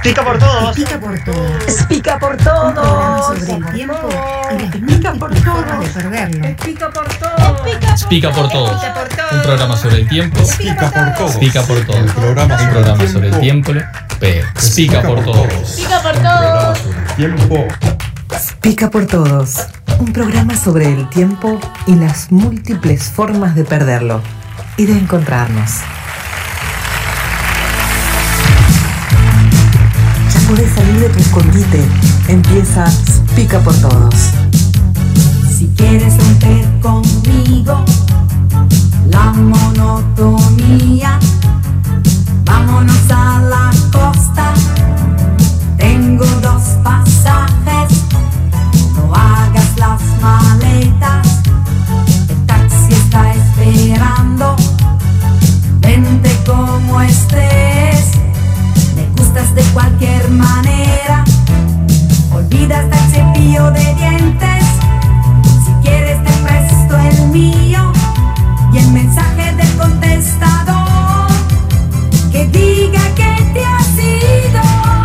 Pica por todos. Pica por todos. Pica por todos. Sobre el tiempo y las múltiples formas de perderlo. Pica por todos. Pica por todos. Un programa sobre el tiempo. Pica por todos. Pica por todos. Un programa sobre el tiempo. Pica por todos. Pica por todos. Tiempo. Pica por todos. Un programa sobre el tiempo y las múltiples formas de perderlo y de encontrarnos. Ya podés salir de tu escondite. Empieza Pica por todos. Si quieres romper conmigo la monotonía, vámonos a la costa. Tengo 2 pasajes. No hagas las maletas. El taxi está esperando. Vente como estés. Me gustas de cualquier manera. Olvida hasta el cepillo de dientes. Si quieres te presto el mío y el mensaje del contestador que diga que te has ido.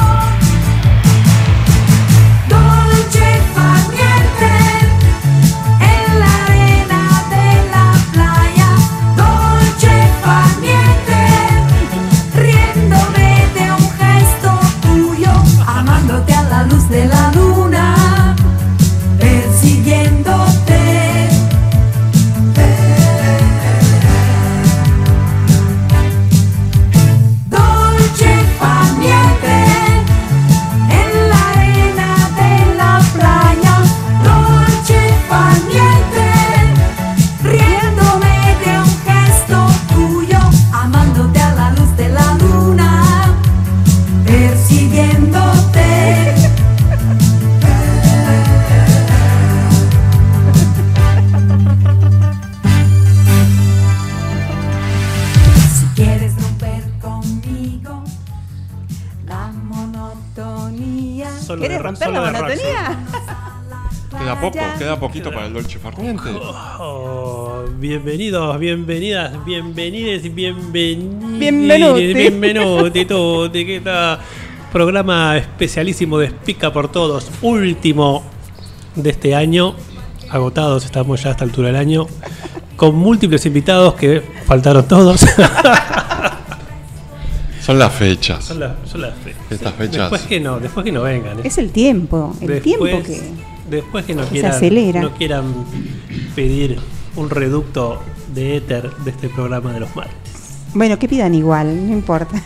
Dolce far niente en la arena de la playa. Dolce far niente riéndome de un gesto tuyo, amándote a la luz de la luna, persiguiéndote. Dolce far niente en la arena de la playa. Dolce far niente riéndome de un gesto tuyo, amándote a la luz de la luna, persiguiéndote. Si quieres romper conmigo la monotonía. ¿Quieres romper la monotonía? Queda poquito para el Dolce far niente. Bienvenidos, bienvenidas, bienvenides, Bienvenuti tutti, que está programa especialísimo de Pica por Todos, último de este año, agotados estamos ya a esta altura del año, con múltiples invitados que faltaron todos. Son las fechas. Son las fechas. Estas fechas. Después que no vengan. Es el tiempo, Después que no se acelera. no quieran pedir un reducto de éter de este programa de los martes. Bueno, que pidan igual, no importa.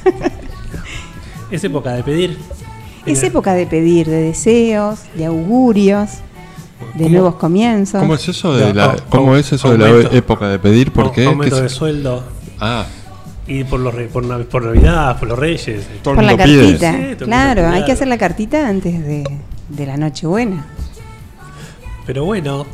Es época de pedir. Es época de pedir, de deseos, de augurios, de nuevos comienzos. ¿Cómo es eso de No, la época de pedir? ¿Por qué? Aumento de sueldo. Ah, Y por Navidad, por los Reyes. todo Por el la mundo pide. cartita, Sí, todo el mundo claro, pide hay que algo. hacer la cartita antes de la Nochebuena. Pero bueno,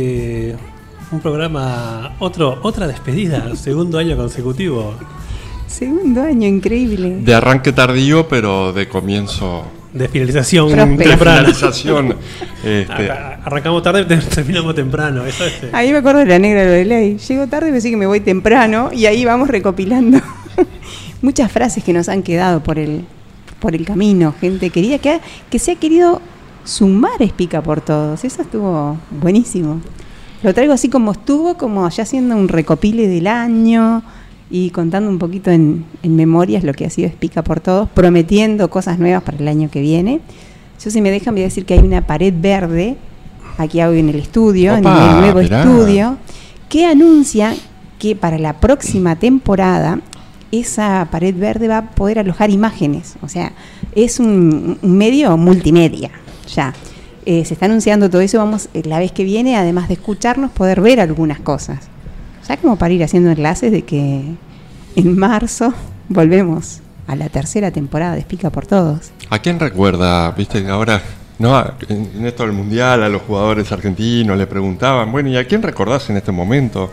un programa, otra despedida, segundo año consecutivo. Segundo año, increíble. De arranque tardío, pero de comienzo. De finalización Próspero. temprana. Finalización. Arrancamos tarde, terminamos temprano. Eso es. Ahí me acuerdo de la negra de ley. Llego tarde y me dice que me voy temprano y ahí vamos recopilando muchas frases que nos han quedado por el camino. Gente querida que se ha querido sumar a Pica por Todos. Eso estuvo buenísimo. Lo traigo así como estuvo, como ya haciendo un recopile del año y contando un poquito en memorias lo que ha sido Pica por Todos, prometiendo cosas nuevas para el año que viene. Yo, si me dejan, voy a decir que hay una pared verde aquí hoy en el estudio, Opa, en el nuevo mirá. estudio, que anuncia que para la próxima temporada esa pared verde va a poder alojar imágenes. O sea, es un medio multimedia ya. Se está anunciando todo eso. Vamos la vez que viene, además de escucharnos, poder ver algunas cosas. Ya como para ir haciendo enlaces de que en marzo volvemos a la tercera temporada de Pica por Todos. ¿A quién recuerda? Viste que ahora, no, en esto del mundial, a los jugadores argentinos le preguntaban, bueno, ¿y a quién recordás en este momento?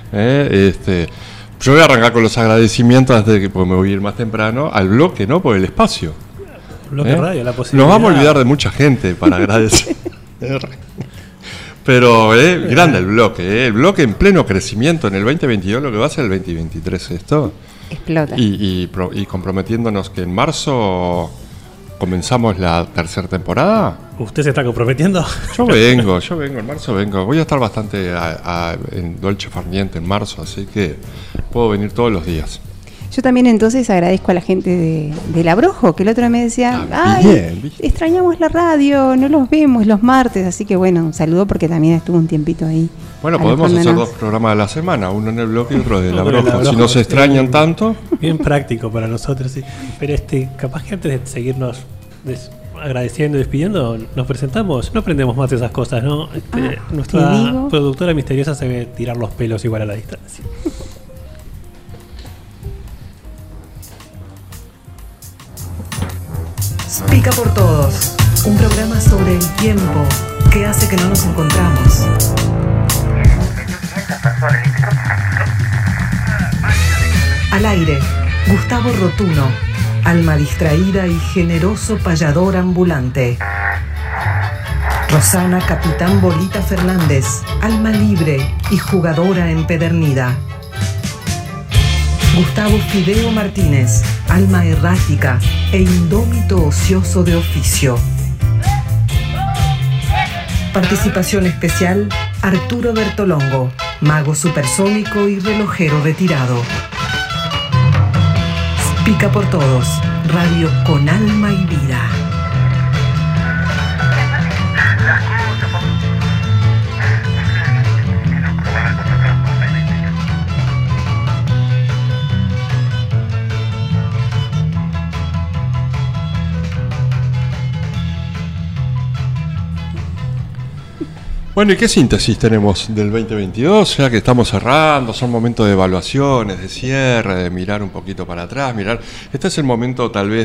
Yo voy a arrancar con los agradecimientos antes de que porque me voy a ir más temprano al bloque, ¿no? Por el espacio. Bloque radio, la posibilidad. Nos vamos a olvidar de mucha gente para agradecer. Pero grande el bloque en pleno crecimiento en el 2022, lo que va a ser el 2023 esto. Explota. Y comprometiéndonos que en marzo comenzamos la tercera temporada. ¿Usted se está comprometiendo? Yo vengo, en marzo vengo. Voy a estar bastante en Dolce Farniente en marzo, así que puedo venir todos los días. Yo también entonces agradezco a la gente del Abrojo, que el otro día me decía, bien. Extrañamos la radio, no los vemos los martes, así que bueno, un saludo porque también estuvo un tiempito ahí. Bueno, podemos hacer 2 programas a la semana, uno en el bloque y otro del Abrojo. Si no se extrañan tanto. Bien práctico para nosotros, sí. Pero capaz que antes de seguirnos agradeciendo y despidiendo, nos presentamos, no aprendemos más de esas cosas, ¿no? Nuestra productora misteriosa se ve tirar los pelos igual a la distancia. Pica por Todos, un programa sobre el tiempo que hace que no nos encontramos. Al aire, Gustavo Rotuno, alma distraída y generoso payador ambulante. Rosana Capitán Bolita Fernández, alma libre y jugadora empedernida. Gustavo Fideo Martínez, alma errática e indómito ocioso de oficio. Participación especial, Arturo Bertolongo, mago supersónico y relojero retirado. Pica por Todos, radio con alma y vida. Bueno, ¿y qué síntesis tenemos del 2022? Ya que estamos cerrando, son momentos de evaluaciones, de cierre, de mirar un poquito para atrás, Este es el momento tal vez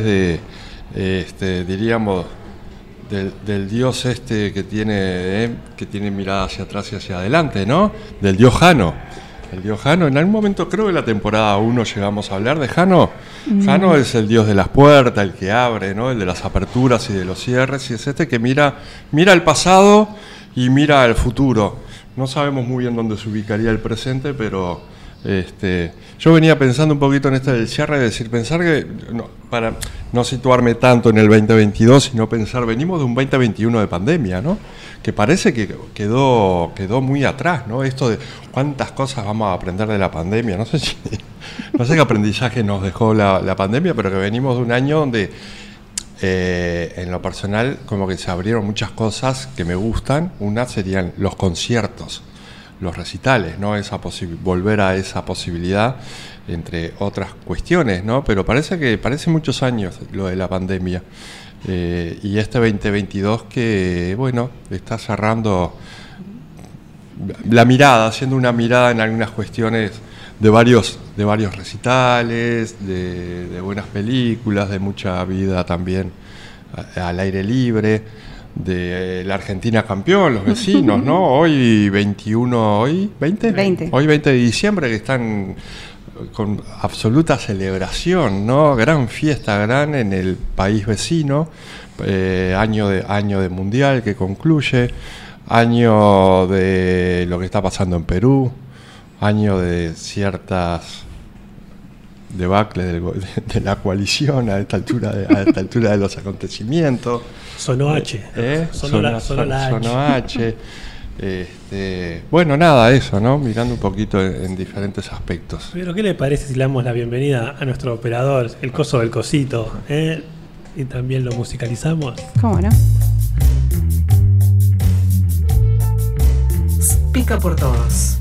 de, diríamos, del dios que tiene mirada hacia atrás y hacia adelante, ¿no? Del dios Jano. El dios Jano, en algún momento creo que en la temporada 1 llegamos a hablar de Jano. Jano es el dios de las puertas, el que abre, ¿no? El de las aperturas y de los cierres, y es que mira el pasado y mira al futuro. No sabemos muy bien dónde se ubicaría el presente, pero yo venía pensando un poquito en del cierre, pensar que, para no situarme tanto en el 2022, sino pensar, venimos de un 2021 de pandemia, ¿no? Que parece que quedó muy atrás, ¿no? Esto de cuántas cosas vamos a aprender de la pandemia. No sé qué aprendizaje nos dejó la pandemia, pero que venimos de un año donde en lo personal como que se abrieron muchas cosas que me gustan. Una serían los conciertos, los recitales, ¿no? Volver a esa posibilidad, entre otras cuestiones, ¿no? Pero parece muchos años lo de la pandemia, y este 2022 que, bueno, está cerrando la mirada, haciendo una mirada en algunas cuestiones de varios recitales, de buenas películas, de mucha vida también al aire libre, de la Argentina campeón, los vecinos, ¿no? Hoy 21, hoy 20? Hoy 20 de diciembre, que están con absoluta celebración, ¿no? Gran fiesta, en el país vecino, año de mundial que concluye, año de lo que está pasando en Perú, año de ciertas debacles de la coalición a esta altura de los acontecimientos. Sonó H. Sonó la H. Bueno, nada, eso, ¿no? Mirando un poquito en diferentes aspectos. Pero ¿qué le parece si le damos la bienvenida a nuestro operador, el coso del cosito, y también lo musicalizamos? ¿Cómo no? Pica por Todos.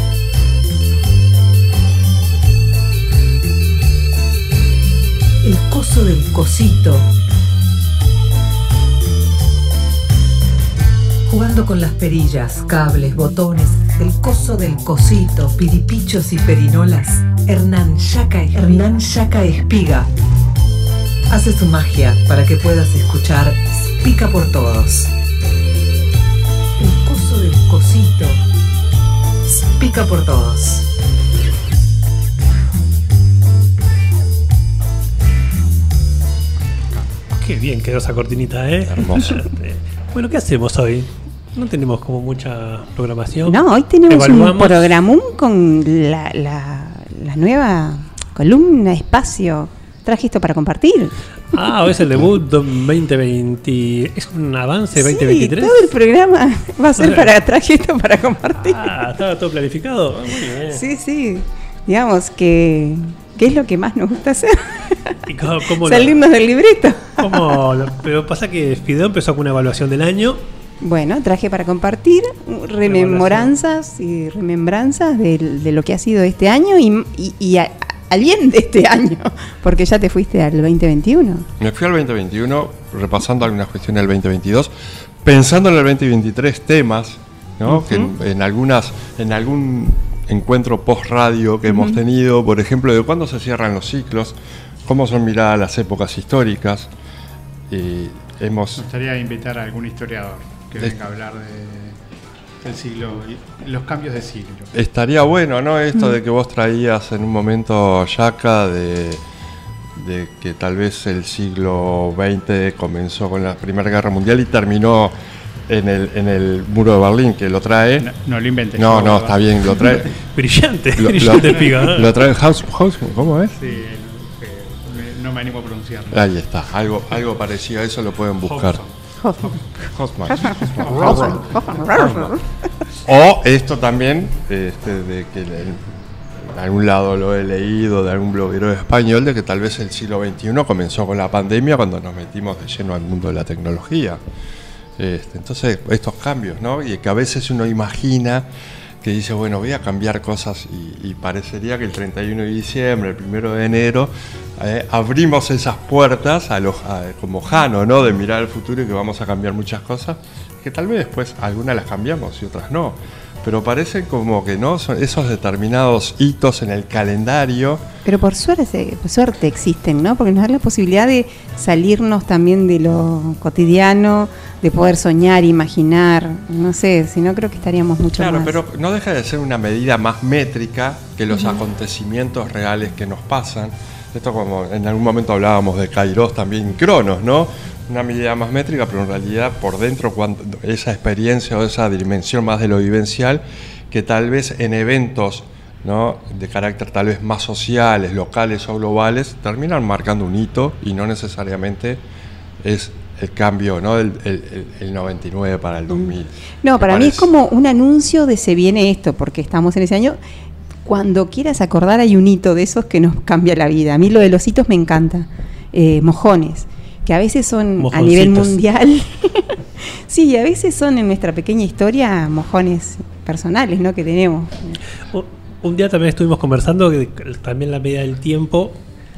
El coso del cosito. Jugando con las perillas, cables, botones, el coso del cosito, piripichos y perinolas, Hernán Yaca Espiga hace su magia para que puedas escuchar Pica por Todos. El coso del cosito. Pica por Todos. Qué bien quedó esa cortinita, Hermoso. Bueno, ¿qué hacemos hoy? No tenemos como mucha programación. No, hoy tenemos un programón con la nueva columna, espacio traje esto para compartir. Es el debut 2020. ¿Es un avance Sí, 2023? todo el programa va a ser traje esto para compartir. ¿Estaba todo planificado? Muy bien. Sí. Digamos que es lo que más nos gusta hacer. ¿Y cómo salirnos del libreto. Pero pasa que Fideo empezó con una evaluación del año. Bueno, traje para compartir remembranzas de lo que ha sido este año y al bien de este año, porque ya te fuiste al 2021. Me fui al 2021 repasando algunas cuestiones del 2022, pensando en el 2023 temas, ¿no? Uh-huh. Que en algún encuentro post-radio que hemos tenido, por ejemplo, de cuándo se cierran los ciclos, cómo son miradas las épocas históricas. Me gustaría invitar a algún historiador que venga a hablar del siglo, los cambios de siglo. Estaría bueno, ¿no? Esto de que vos traías en un momento, Yaka, de que tal vez el siglo XX comenzó con la Primera Guerra Mundial y terminó en el muro de Berlín, que lo trae. No lo inventé. No, está bien, lo trae. brillante piga. Lo trae Haus, ¿cómo es? Sí, no me animo a pronunciarlo. Ahí está, algo parecido a eso lo pueden buscar. Hoffman. O esto también, de que en algún lado lo he leído, de algún bloguero español, de que tal vez el siglo XXI comenzó con la pandemia cuando nos metimos de lleno al mundo de la tecnología. Entonces, estos cambios, ¿no? Y que a veces uno imagina que dice, bueno, voy a cambiar cosas y parecería que el 31 de diciembre, el 1 de enero, abrimos esas puertas como Jano, ¿no? De mirar al futuro y que vamos a cambiar muchas cosas, que tal vez después algunas las cambiamos y otras no. Pero parecen como que no, son esos determinados hitos en el calendario. Pero por suerte existen, ¿no? Porque nos da la posibilidad de salirnos también de lo cotidiano, de poder soñar, imaginar, no sé, si no creo que estaríamos mucho más. Claro, pero no deja de ser una medida más métrica que los acontecimientos reales que nos pasan. Esto, como en algún momento hablábamos de Kairos también, Cronos, ¿no? Una medida más métrica, pero en realidad por dentro esa experiencia o esa dimensión más de lo vivencial, que tal vez en eventos, ¿no? De carácter tal vez más sociales, locales o globales, terminan marcando un hito y no necesariamente es el cambio, ¿no? El 99 para el 2000. No, para mí es como un anuncio de se viene esto, porque estamos en ese año. Cuando quieras acordar hay un hito de esos que nos cambia la vida. A mí lo de los hitos me encanta. Mojones, que a veces son a nivel mundial. Sí, a veces son en nuestra pequeña historia mojones personales, ¿no? Que tenemos. Un día también estuvimos conversando que también la medida del tiempo,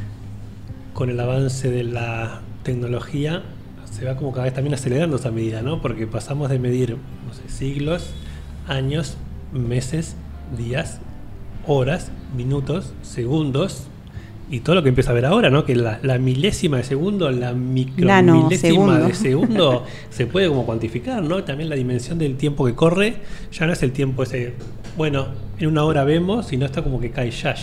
con el avance de la tecnología, se va como cada vez también acelerando esa medida, ¿no? Porque pasamos de medir, no sé, siglos, años, meses, días, horas, minutos, segundos y todo lo que empieza a ver ahora, ¿no? Que la milésima de segundo, la micromilésima de segundo se puede como cuantificar, ¿no? También la dimensión del tiempo que corre ya no es el tiempo ese, bueno, en una hora vemos, sino está como que cae ya.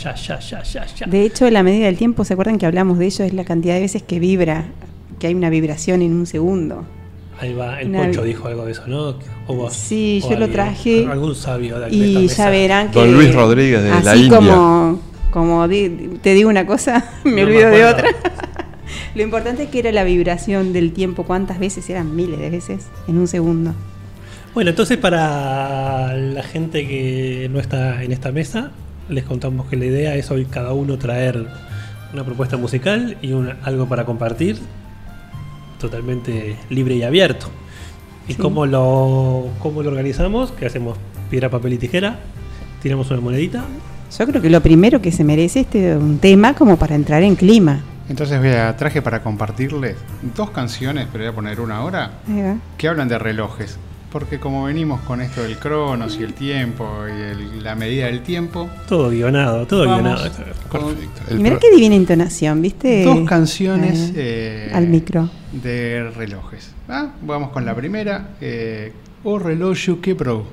De hecho, la medida del tiempo, ¿se acuerdan que hablamos de ello? Es la cantidad de veces que vibra, que hay una vibración en un segundo. Ahí va, el Poncho dijo algo de eso, ¿no? O vos, sí, o yo lo traje. Algún sabio de y esta mesa. ya verán que Don Luis Rodríguez de la India. Como te digo una cosa, me olvido de otra. Lo importante es que era la vibración del tiempo. ¿Cuántas veces? Eran miles de veces en un segundo. Bueno, entonces para la gente que no está en esta mesa, les contamos que la idea es hoy cada uno traer una propuesta musical y algo para compartir, totalmente libre y abierto. ¿Y cómo lo organizamos? ¿Qué hacemos? Piedra, papel y tijera. Tiramos una monedita. Yo creo que lo primero que se merece es un tema como para entrar en clima. Entonces traje para compartirles 2 canciones, pero voy a poner una ahora, que hablan de relojes. Porque como venimos con esto del cronos y el tiempo y la medida del tiempo... Todo guionado. Perfecto. Mirá qué divina entonación, ¿viste? 2 canciones al micro de relojes. Vamos con la primera. O relógio quebrou.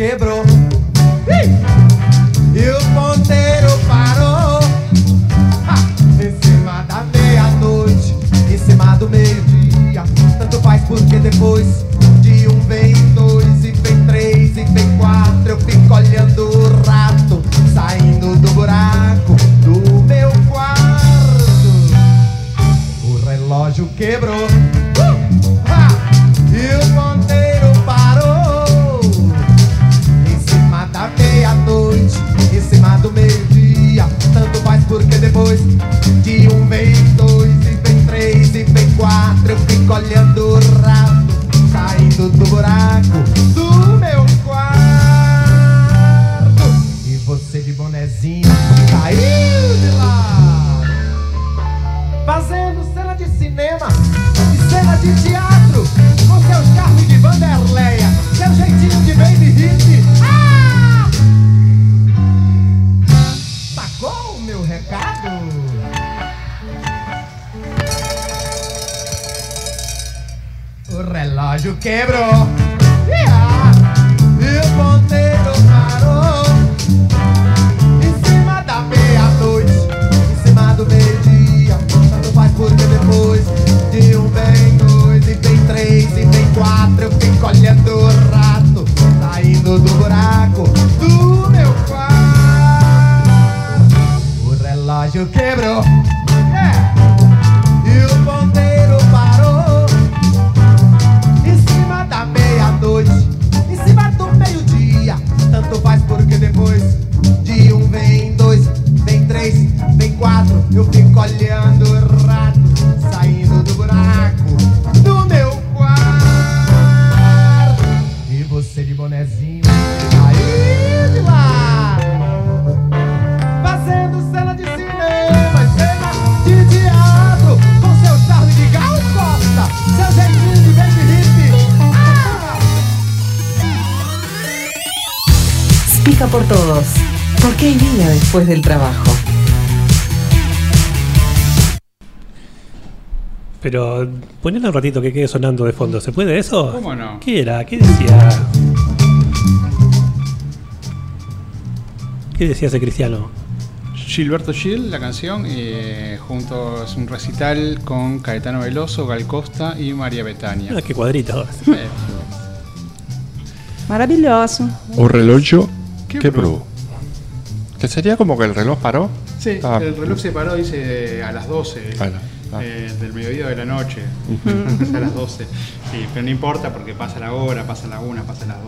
quebrou e o ponteiro parou em cima da meia-noite, em cima do meio-dia. Tanto faz porque depois de um vem dois e vem três e vem quatro, eu fico olhando o rato saindo do buraco do meu quarto. O relógio quebrou e o ponteiro parou em cima da meia-noite, em cima do meio-dia. Tanto faz porque depois de um vem dois e vem três e vem quatro, eu fico olhando o rato saindo do buraco do meu quarto. E você de bonezinho caiu de lá, fazendo cena de cinema e cena de teatro, com seus carros de Vanderleia, seu jeitinho de baby hit. Ah! Sacou o meu recado? O relógio quebrou e o ponteiro parou em cima da meia-noite, em cima do meio-dia. Tanto faz porque depois de um vem dois e vem três e vem quatro, eu fico olhando o rato saindo do buraco do meu quarto. O relógio quebrou e o ponteiro parou em cima da meia-noite, em cima do meio-dia. Tanto faz porque depois de um vem dois, vem três, vem quatro, eu fico olhando o rato saindo do buraco do meu quarto. E você de bonezinho caiu de lá, fazendo cena de cinema, cena de teatro, com seu charme de Gal Costa, seu jeitinho de baby hit. Ah! Pica por todos, porque hay vida después del trabajo. Pero ponele un ratito que quede sonando de fondo. ¿Se puede eso? ¿Cómo no? ¿Qué era? ¿Qué decía? ¿Qué decía ese cristiano? Gilberto Gil, la canción, junto es un recital con Caetano Veloso, Gal Costa y María Bethania. Ah, qué cuadrito. Maravilloso. O reloj quebró. Que sería como que el reloj paró. Sí, el reloj se paró, dice, a las 12 del mediodía de la noche. A las 12. Sí, pero no importa porque pasa la hora, pasa la 1, pasa las 2.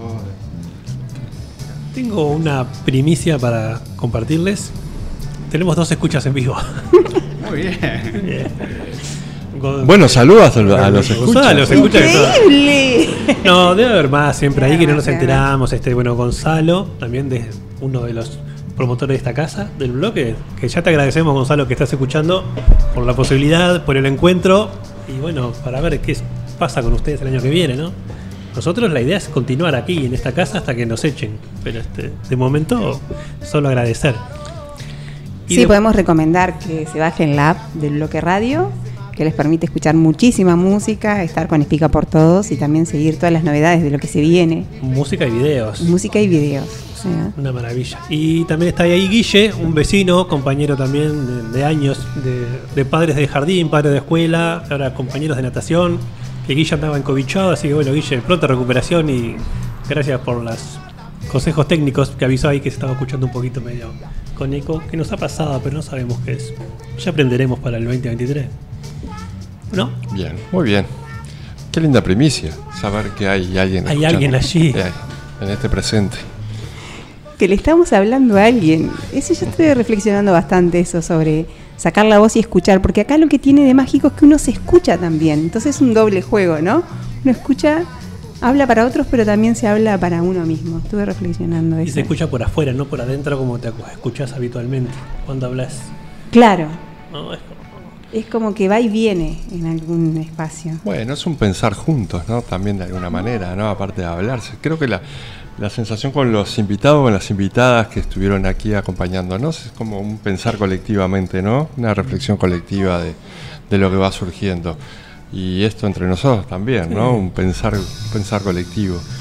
Tengo una primicia para compartirles. Tenemos 2 escuchas en vivo. Muy bien. Bueno, saludos a los escuchas. A los escuchas. ¡Increíble! No, debe haber más siempre ahí que no nos enteramos. Bueno, Gonzalo, también de uno de los promotores de esta casa, del bloque, que ya te agradecemos, Gonzalo, que estás escuchando, por la posibilidad, por el encuentro y bueno, para ver qué pasa con ustedes el año que viene, ¿no? Nosotros la idea es continuar aquí en esta casa hasta que nos echen, pero de momento solo agradecer. Sí, podemos recomendar que se bajen la app del Bloque Radio, que les permite escuchar muchísima música, estar con Espica por Todos y también seguir todas las novedades de lo que se viene. Música y videos. Música y videos. Sí. Una maravilla. Y también está ahí Guille, un vecino, compañero también de años, de padres de jardín, padres de escuela, ahora compañeros de natación, que Guille andaba encobichado, así que bueno, Guille, pronta recuperación y gracias por los consejos técnicos que avisó ahí que se estaba escuchando un poquito medio con eco, que nos ha pasado, pero no sabemos qué es. Ya aprenderemos para el 2023. ¿No? Bien, muy bien. Qué linda primicia, saber que hay alguien escuchando. Hay alguien allí. En este presente. Que le estamos hablando a alguien. Eso yo estoy reflexionando bastante eso sobre sacar la voz y escuchar, porque acá lo que tiene de mágico es que uno se escucha también. Entonces es un doble juego, ¿no? Uno escucha, habla para otros, pero también se habla para uno mismo. Estuve reflexionando eso. Y se escucha por afuera, no por adentro como te escuchas habitualmente cuando hablas. Claro. No, es como que va y viene en algún espacio. Bueno, es un pensar juntos, ¿no? También de alguna manera, ¿no? Aparte de hablarse. Creo que la sensación con los invitados, con las invitadas que estuvieron aquí acompañándonos, es como un pensar colectivamente, ¿no? Una reflexión colectiva de lo que va surgiendo. Y esto entre nosotros también, ¿no? Un pensar colectivo.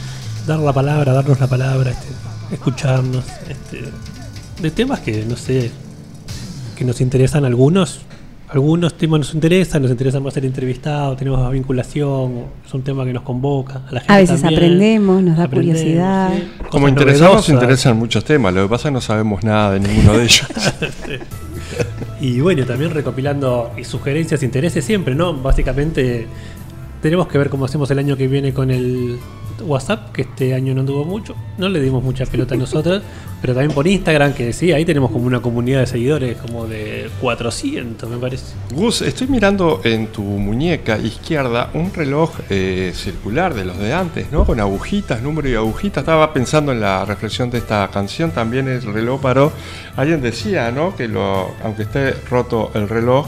dar la palabra, darnos la palabra, escucharnos, de temas que no sé, que nos interesan algunos temas nos interesa más ser entrevistado, tenemos más vinculación, es un tema que nos convoca, a la gente a veces también, aprendemos, nos da curiosidad. ¿sí? Como Cosas interesados, novedosas. interesan muchos temas, lo que pasa es que no sabemos nada de ninguno de ellos. Y bueno, también recopilando y sugerencias, intereses siempre, ¿no? Básicamente tenemos que ver cómo hacemos el año que viene con el WhatsApp, que este año no anduvo mucho, no le dimos mucha pelota a nosotros, pero también por Instagram, que sí, ahí tenemos como una comunidad de seguidores, como de 400 me parece. Gus, estoy mirando en tu muñeca izquierda un reloj circular de los de antes, ¿no? Con agujitas, número y agujitas. Estaba pensando en la reflexión de esta canción, también el reloj paró. Alguien decía, ¿no? Que aunque esté roto el reloj,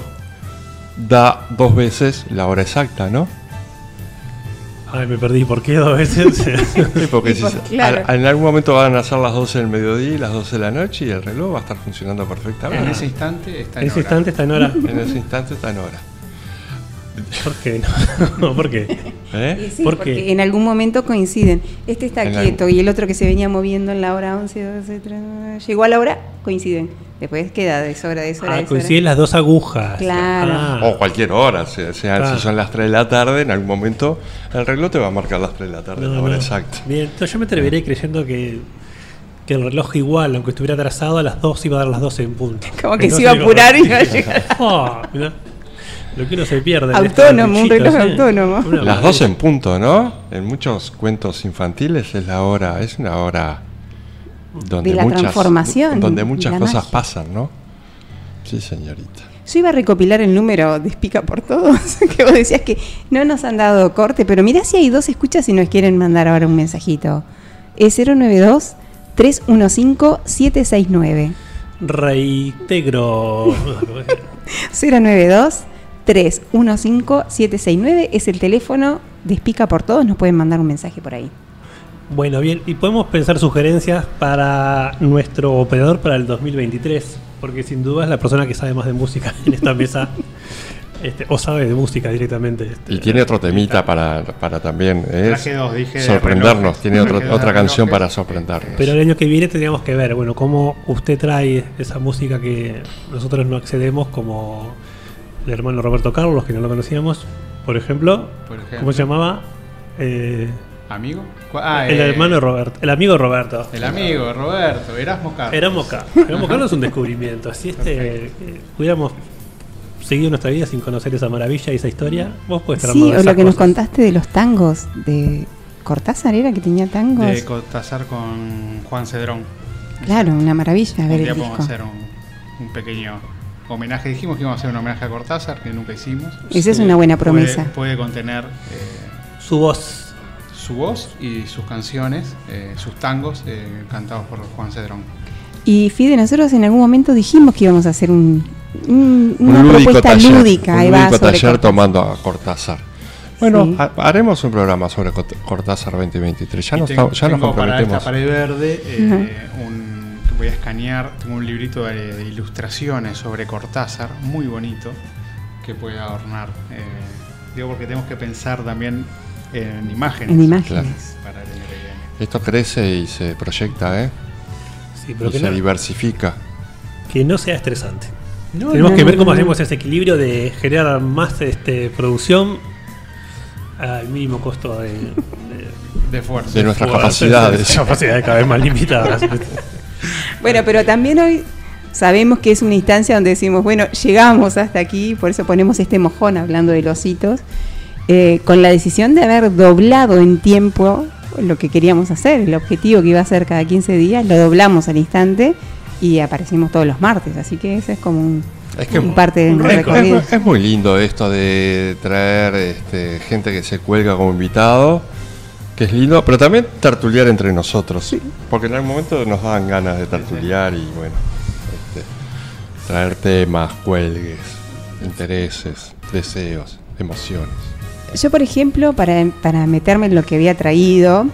da 2 veces la hora exacta, ¿no? Ay, me perdí, ¿por qué 2 veces? Sí, porque claro. en algún momento van a ser las 12 del mediodía y las 12 de la noche y el reloj va a estar funcionando perfectamente. En ese instante está En en ese hora. instante está en hora. En ese instante está en hora. ¿Por qué no? ¿Por qué? ¿Eh? Sí, ¿Por porque qué? en algún momento coinciden. Este está En quieto y el otro que se venía moviendo en la hora 11, 12, 13, llegó a la hora, coinciden. Después queda deshora. Coinciden las 2 agujas. Claro. O cualquier hora, o sea, Claro. si son las 3 de la tarde, en algún momento el reloj te va a marcar las 3 de la tarde, la hora exacta. Bien, entonces yo me atreveré creyendo que el reloj igual, aunque estuviera atrasado, a las 2 iba a dar las 12 en punto. Como que Entonces se iba a digo, apurar y iba a llegar. Mirá, lo que uno se pierde. en Autónomo, estos un reloj bichitos, ¿eh? autónomo. Una Las maravilla. 12 en punto, ¿no? En muchos cuentos infantiles es una hora donde De la transformación, donde de muchas la cosas magia. pasan, ¿no? Sí, señorita. Yo iba a recopilar el número de Pica por Todos, que vos decías que no nos han dado corte, pero mirá si hay 2 escuchas y nos quieren mandar ahora un mensajito. Es 092-315-769. Reintegro. 092-315-769 es el teléfono de Pica por Todos, nos pueden mandar un mensaje por ahí. Bueno, bien, y podemos pensar sugerencias para nuestro operador para el 2023, porque sin duda es la persona que sabe más de música en esta mesa, o sabe de música directamente. Y tiene otro temita para también Traje 2, dije, de sorprendernos, relojes. tiene Traje 2 de otra canción relojes. para sorprendernos. Pero el año que viene tendríamos que ver, bueno, cómo usted trae esa música que nosotros no accedemos, como el hermano Roberto Carlos, que no lo conocíamos, por ejemplo. ¿Cómo se llamaba? ¿Amigo? El hermano de Roberto, el amigo de Roberto. El amigo, Roberto, Erasmo Carlos. Erasmo Carlos es un descubrimiento. Si pudiéramos seguir nuestra vida sin conocer esa maravilla y esa historia, vos podés estar Sí, o lo que nos contaste de los tangos de Cortázar, ¿era que tenía tangos? De Cortázar con Juan Cedrón. Claro, una maravilla ver Un día el podemos disco. hacer un pequeño homenaje. Dijimos que íbamos a hacer un homenaje a Cortázar, que nunca hicimos. Esa es una buena promesa. Puede contener su voz y sus canciones, sus tangos cantados por Juan Cedrón. Y Fide, nosotros en algún momento dijimos que íbamos a hacer una lúdico propuesta taller, lúdica. Ahí un va, lúdico sobre taller Cortázar. tomando a Cortázar. Bueno, Sí. haremos un programa sobre Cortázar 2023. Ya nos tengo comprometemos. para esta pared verde que voy a escanear. Tengo un librito de ilustraciones sobre Cortázar, muy bonito, que puede adornar. Digo, porque tenemos que pensar también en imágenes. En imágenes. Claro. Para el año que viene. Esto crece y se proyecta, Sí, pero y que se no, diversifica. que no sea estresante. Tenemos que ver cómo hacemos ese equilibrio de generar más producción al mínimo costo de esfuerzo. De nuestras esfuerzo, capacidades. de capacidades cada vez más limitadas. Bueno, pero también hoy sabemos que es una instancia donde decimos, bueno, llegamos hasta aquí, por eso ponemos este mojón hablando de los hitos, con la decisión de haber doblado en tiempo lo que queríamos hacer, el objetivo que iba a ser cada 15 días, lo doblamos al instante y aparecimos todos los martes, así que ese es como un parte de nuestro recorrido. Es muy lindo esto de traer gente que se cuelga como invitado, que es lindo, pero también tertuliar entre nosotros, porque en algún momento nos dan ganas de tertuliar y bueno, traer temas, cuelgues, intereses, deseos, emociones. Yo, por ejemplo, para meterme en lo que había traído,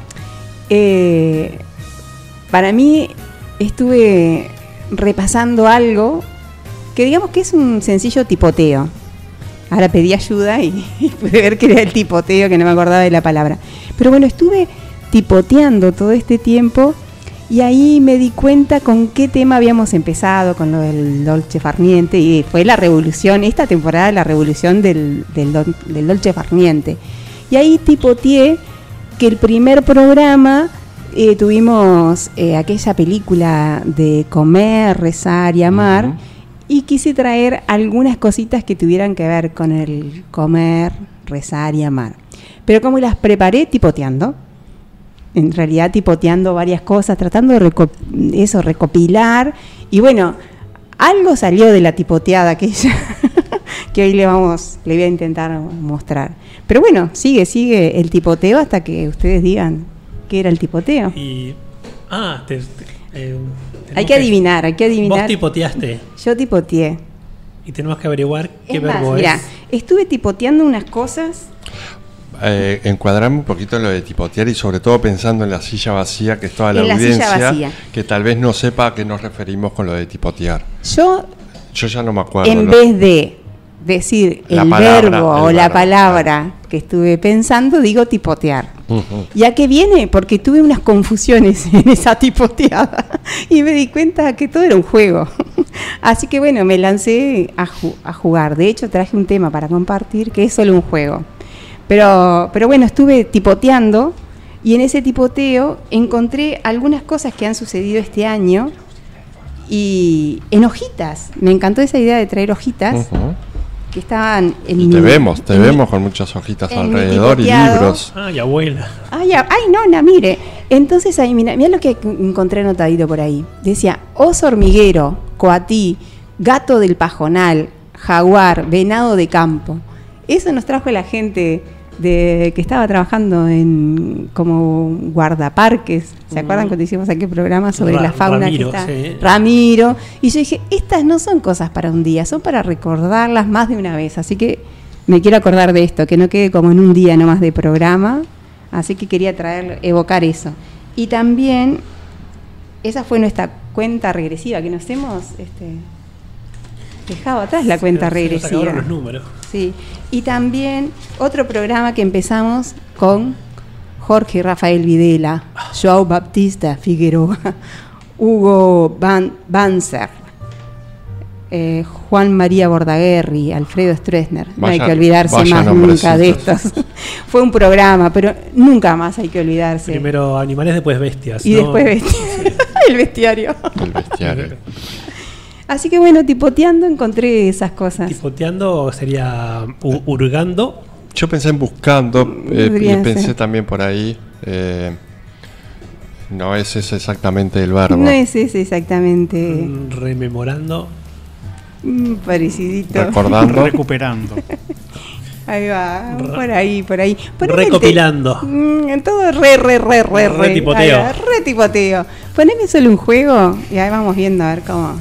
para mí estuve repasando algo que digamos que es un sencillo tipoteo. Ahora pedí ayuda y pude ver que era el tipoteo, que no me acordaba de la palabra. Pero bueno, estuve tipoteando todo este tiempo y ahí me di cuenta con qué tema habíamos empezado, con lo del Dolce Far Niente, y fue la revolución, esta temporada la revolución del Dolce Far Niente. Y ahí tipoteé que el primer programa tuvimos aquella película de comer, rezar y amar, y quise traer algunas cositas que tuvieran que ver con el comer, rezar y amar. Pero como las preparé tipoteando, en realidad tipoteando varias cosas, tratando de recopilar, y bueno, algo salió de la tipoteada aquella que hoy le voy a intentar mostrar. Pero bueno, sigue el tipoteo hasta que ustedes digan qué era el tipoteo. Y hay que adivinar. Vos tipoteaste. Yo tipoteé. Y tenemos que averiguar qué Es más, verbo mirá, es. estuve tipoteando unas cosas. Encuadrarme un poquito en lo de tipotear y sobre todo pensando en la silla vacía, que es toda la En la silla audiencia vacía. que tal vez no sepa a qué nos referimos con lo de tipotear. Yo Ya no me acuerdo. en ¿no? vez de decir La el palabra, verbo el o la verbo, palabra que estuve pensando, digo tipotear. Ujú. ¿Y a qué viene? Porque tuve unas confusiones en esa tipoteada y me di cuenta que todo era un juego. Así que bueno, me lancé a jugar. De hecho, traje un tema para compartir que es solo un juego. Pero bueno, estuve tipoteando y en ese tipoteo encontré algunas cosas que han sucedido este año y en hojitas. Me encantó esa idea de traer hojitas. Ujú. Que estaban en Y mi- te vemos en mi- con muchas hojitas en mi alrededor y tipoteado. libros. Ay, abuela. Ay, nona, mire. Entonces ahí, mira lo que encontré anotadito por ahí. Decía, oso hormiguero, coatí, gato del pajonal, jaguar, venado de campo. Eso nos trajo la gente que estaba trabajando como guardaparques. ¿Se acuerdan cuando hicimos aquel programa sobre la fauna Ramiro, que está? sí. Ramiro. Y yo dije, estas no son cosas para un día, son para recordarlas más de una vez. Así que me quiero acordar de esto, que no quede como en un día nomás de programa. Así que quería evocar eso. Y también, esa fue nuestra cuenta regresiva, que nos hemos dejado atrás la cuenta Se nos regresiva. acabaron los números. Sí. Y también otro programa que empezamos con Jorge Rafael Videla, Joao Baptista Figueroa, Hugo Banzer, Juan María Bordaguerri, Alfredo Stroessner. No hay Vaya- que olvidarse vaya más nunca de nombrecitos. estos. Fue un programa, pero nunca más hay que olvidarse. Primero animales, después bestias. Y ¿no? después el bestiario. El bestiario. Así que bueno, tipoteando encontré esas cosas. Tipoteando sería hurgando. Yo pensé en buscando, Podría y pensé ser. también por ahí. No es ese exactamente el verbo. No es ese exactamente. Rememorando. Parecidito. Recordando. Recuperando. Ahí va, por ahí. Poneme Recopilando. todo Retipoteo. Ahí va, retipoteo. Poneme solo un juego y ahí vamos viendo a ver cómo.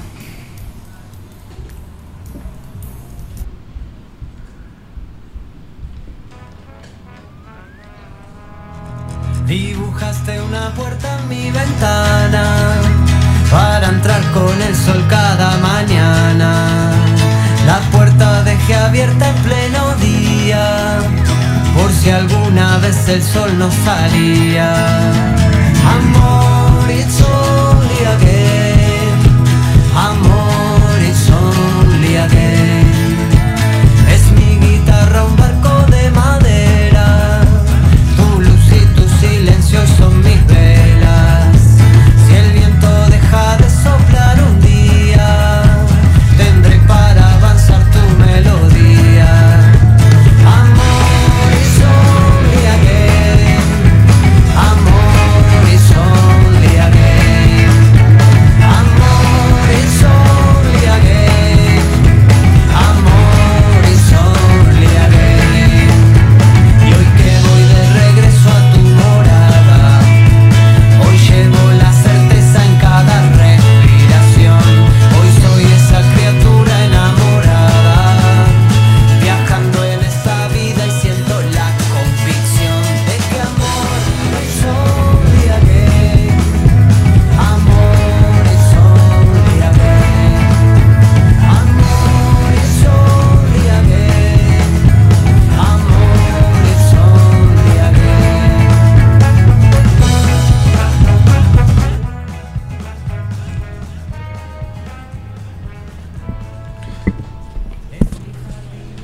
Dibujaste una puerta en mi ventana para entrar con el sol cada mañana. La puerta dejé abierta en pleno día por si alguna vez el sol no salía. Amor, it's only again. Amor, it's only again. Es mi guitarra un barco de madera. Tu luz y tu silencio son mis velas. Si el viento deja de soplar un día, tendré para avanzar tu melodía. Amor, it's only again. Amor, it's only again.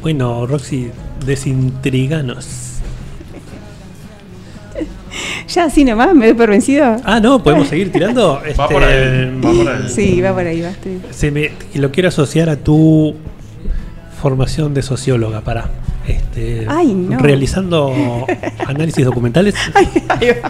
Bueno, Roxy, desintriganos. Ya así nomás, me doy por vencido. Ah, no, podemos seguir tirando. Va por ahí, va por ahí. Sí, va por ahí, va. Y lo quiero asociar a tu formación de socióloga para Ay, no. realizando análisis documentales. Ahí va.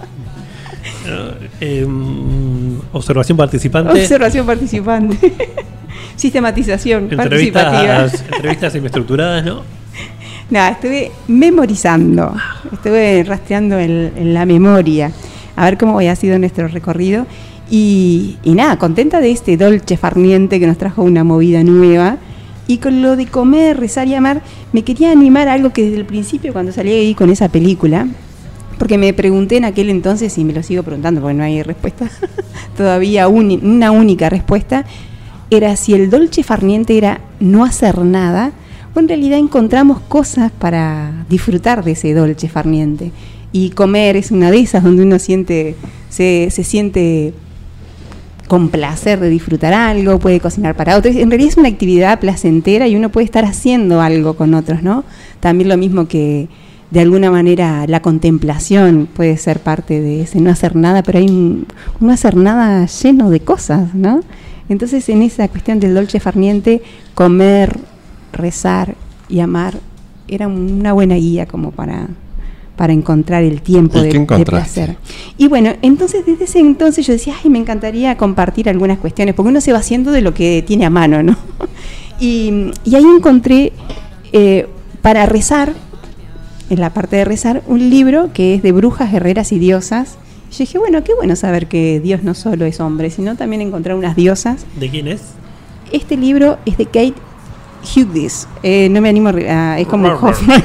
Observación participante. Observación participante. Sistematización participativa. Entrevistas semiestructuradas, ¿no? Nada, estuve memorizando, estuve rastreando en la memoria, a ver cómo había sido nuestro recorrido. Y nada, contenta de este dolce farniente que nos trajo una movida nueva. Y con lo de comer, rezar y amar, me quería animar a algo que desde el principio, cuando salí ahí con esa película, porque me pregunté en aquel entonces, y me lo sigo preguntando porque no hay respuesta, todavía una única respuesta, era si el dolce farniente era no hacer nada, o en realidad encontramos cosas para disfrutar de ese dolce farniente. Y comer es una de esas donde uno se siente con placer de disfrutar algo, puede cocinar para otros. En realidad es una actividad placentera y uno puede estar haciendo algo con otros, ¿no? También lo mismo que de alguna manera la contemplación puede ser parte de ese no hacer nada, pero hay un no hacer nada lleno de cosas, ¿no? Entonces en esa cuestión del dolce farniente, comer, rezar y amar era una buena guía como para encontrar el tiempo de placer. Y bueno, entonces desde ese entonces yo decía, ay, me encantaría compartir algunas cuestiones, porque uno se va haciendo de lo que tiene a mano, ¿no? Y ahí encontré para rezar, en la parte de rezar, un libro que es de brujas, guerreras y diosas. Y yo dije, bueno, qué bueno saber que Dios no solo es hombre, sino también encontrar unas diosas. ¿De quién es? Este libro es de Kate Hughes. No me animo a... Es como Hoffman.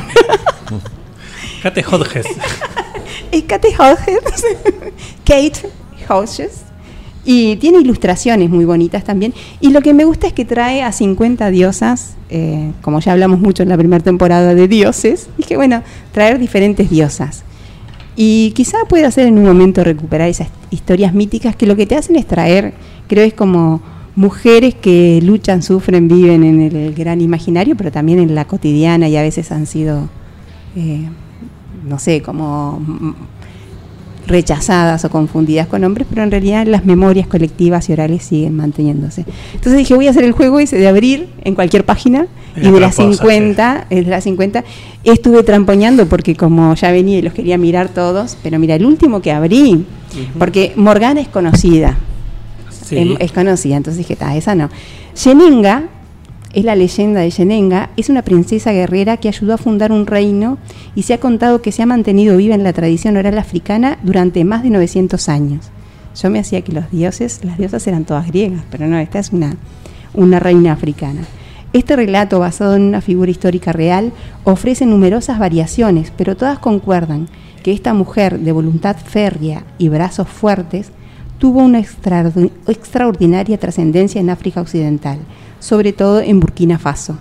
Kate Hodges. Es Kate Hodges. Kate Hodges. Y tiene ilustraciones muy bonitas también. Y lo que me gusta es que trae a 50 diosas, como ya hablamos mucho en la primera temporada de dioses, dije, bueno, traer diferentes diosas. Y quizá pueda ser en un momento recuperar esas historias míticas que lo que te hacen es traer, creo es como mujeres que luchan, sufren, viven en el gran imaginario, pero también en la cotidiana y a veces han sido, no sé, como rechazadas o confundidas con hombres, pero en realidad las memorias colectivas y orales siguen manteniéndose. Entonces dije, voy a hacer el juego ese de abrir en cualquier página y de las 50, estuve trampoñando porque como ya venía y los quería mirar todos, pero mira, el último que abrí, porque Morgana es conocida, es conocida, entonces dije, esa no. Yenenga, es la leyenda de Yenenga, es una princesa guerrera que ayudó a fundar un reino y se ha contado que se ha mantenido viva en la tradición oral africana durante más de 900 años. Yo me hacía que las diosas eran todas griegas, pero no, esta es una reina africana. Este relato, basado en una figura histórica real, ofrece numerosas variaciones, pero todas concuerdan que esta mujer de voluntad férrea y brazos fuertes tuvo una extraordinaria trascendencia en África Occidental, sobre todo en Burkina Faso.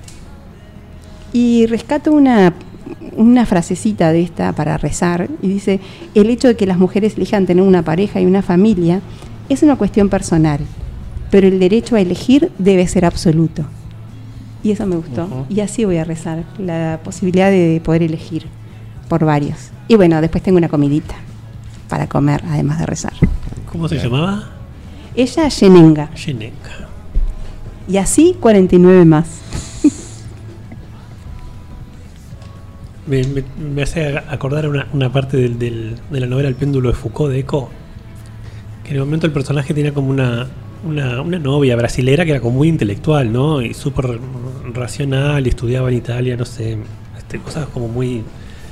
Y rescato una frasecita de esta para rezar, y dice, el hecho de que las mujeres elijan tener una pareja y una familia es una cuestión personal, pero el derecho a elegir debe ser absoluto. Y eso me gustó, y así voy a rezar, la posibilidad de poder elegir por varios. Y bueno, después tengo una comidita para comer, además de rezar. ¿Cómo se llamaba? Ella, Yenenga. Yenenga. Y así 49 más. Me hace acordar una parte de la novela El péndulo de Foucault de Eco, que en el momento el personaje tenía como una novia brasilera que era como muy intelectual, ¿no? Y súper racional, y estudiaba en Italia, no sé, cosas como muy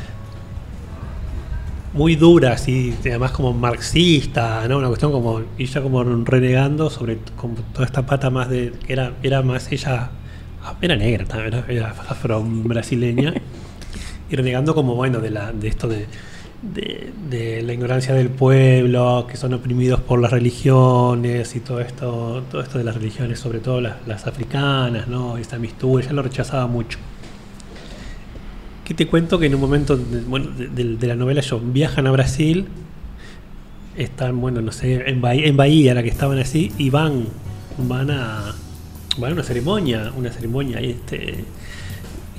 duras y además como marxista, ¿no? Una cuestión como ella como renegando sobre como toda esta pata más de que era más ella, era negra también, era afro-brasileña y renegando como bueno de esto de la ignorancia del pueblo, que son oprimidos por las religiones y todo esto de las religiones, sobre todo las africanas, ¿no? Esta mistura, ella lo rechazaba mucho. Que te cuento que en un momento de la novela ellos viajan a Brasil, están, bueno, no sé, en Bahía, la que estaban así, y van a una ceremonia ahí,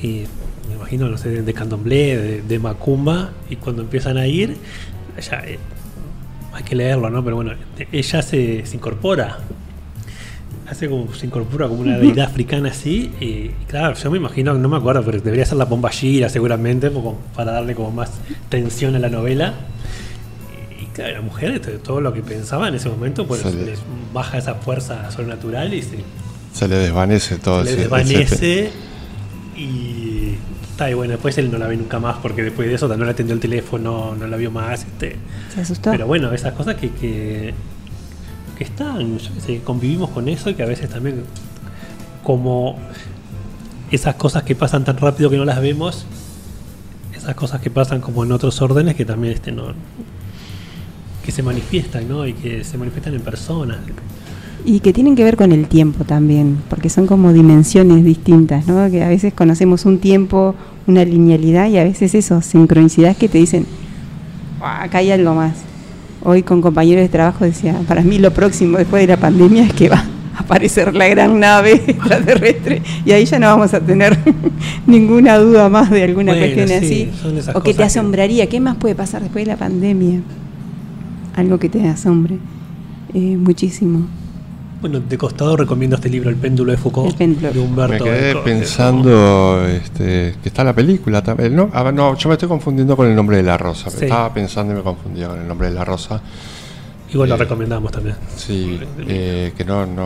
y me imagino, no sé, de candomblé, de macumba, y cuando empiezan a ir, ya, hay que leerlo, ¿no? Pero bueno, ella se incorpora, se incorpora como una deidad africana así, y claro, yo me imagino, no me acuerdo, pero debería ser la Pomba Gira seguramente, como para darle como más tensión a la novela. Y claro, la mujer, todo lo que pensaba en ese momento, pues les baja esa fuerza sobrenatural y se le desvanece todo. Se le desvanece y bueno, después él no la ve nunca más, porque después de eso no le atendió el teléfono, no la vio más. Se asustó. Pero bueno, esas cosas que están, yo qué sé, convivimos con eso, y que a veces también, como esas cosas que pasan tan rápido que no las vemos, esas cosas que pasan como en otros órdenes que también que se manifiestan, ¿no? Y que se manifiestan en personas. Y que tienen que ver con el tiempo también, porque son como dimensiones distintas, ¿no? Que a veces conocemos un tiempo, una linealidad, y a veces eso, sincronicidades que te dicen, acá hay algo más. Hoy con compañeros de trabajo decía, para mí lo próximo después de la pandemia es que va a aparecer la gran nave extraterrestre, y ahí ya no vamos a tener ninguna duda más de alguna cuestión así. O que te asombraría, ¿qué más puede pasar después de la pandemia? Algo que te asombre muchísimo. Bueno, de costado recomiendo este libro, El péndulo de Foucault, de Humberto. Me quedé pensando que está la película también, ¿no? No, yo me estoy confundiendo con El nombre de la rosa. Sí. Estaba pensando y me confundía con El nombre de la rosa. Igual lo recomendamos también. Sí, que no me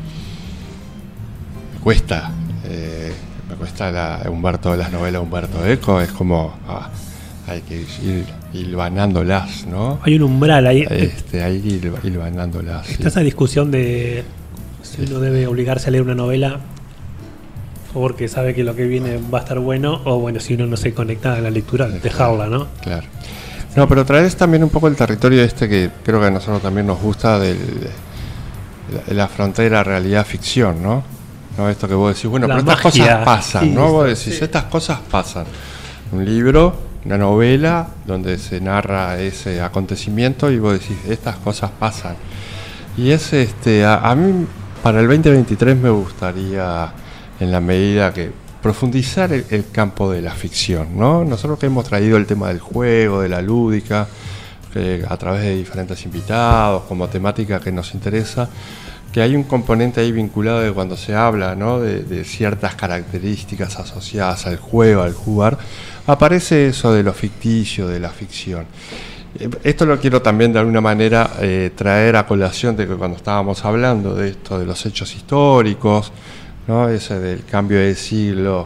cuesta. Me cuesta Humberto, de las novelas de Humberto Eco, es como hay que ir hilvanándolas, ¿no? Hay un umbral ahí. Hay que ir hilvanándolas. Está esa discusión de si uno debe obligarse a leer una novela porque sabe que lo que viene va a estar bueno, o bueno, si uno no se conecta a la lectura, dejarla, ¿no? Claro. No, pero traes también un poco el territorio que creo que a nosotros también nos gusta, de la frontera realidad-ficción, ¿no? Esto que vos decís, bueno, pero estas cosas pasan, sí, ¿no? Vos decís, estas cosas pasan. Un libro, una novela donde se narra ese acontecimiento, y vos decís, estas cosas pasan. Y es a mí para el 2023 me gustaría, en la medida que profundizar el campo de la ficción, ¿no? Nosotros que hemos traído el tema del juego, de la lúdica, a través de diferentes invitados, como temática que nos interesa, que hay un componente ahí vinculado de cuando se habla, ¿no? de ciertas características asociadas al juego, al jugar, aparece eso de lo ficticio, de la ficción. Esto lo quiero también de alguna manera traer a colación de que cuando estábamos hablando de esto, de los hechos históricos, ¿no? Ese del cambio de siglo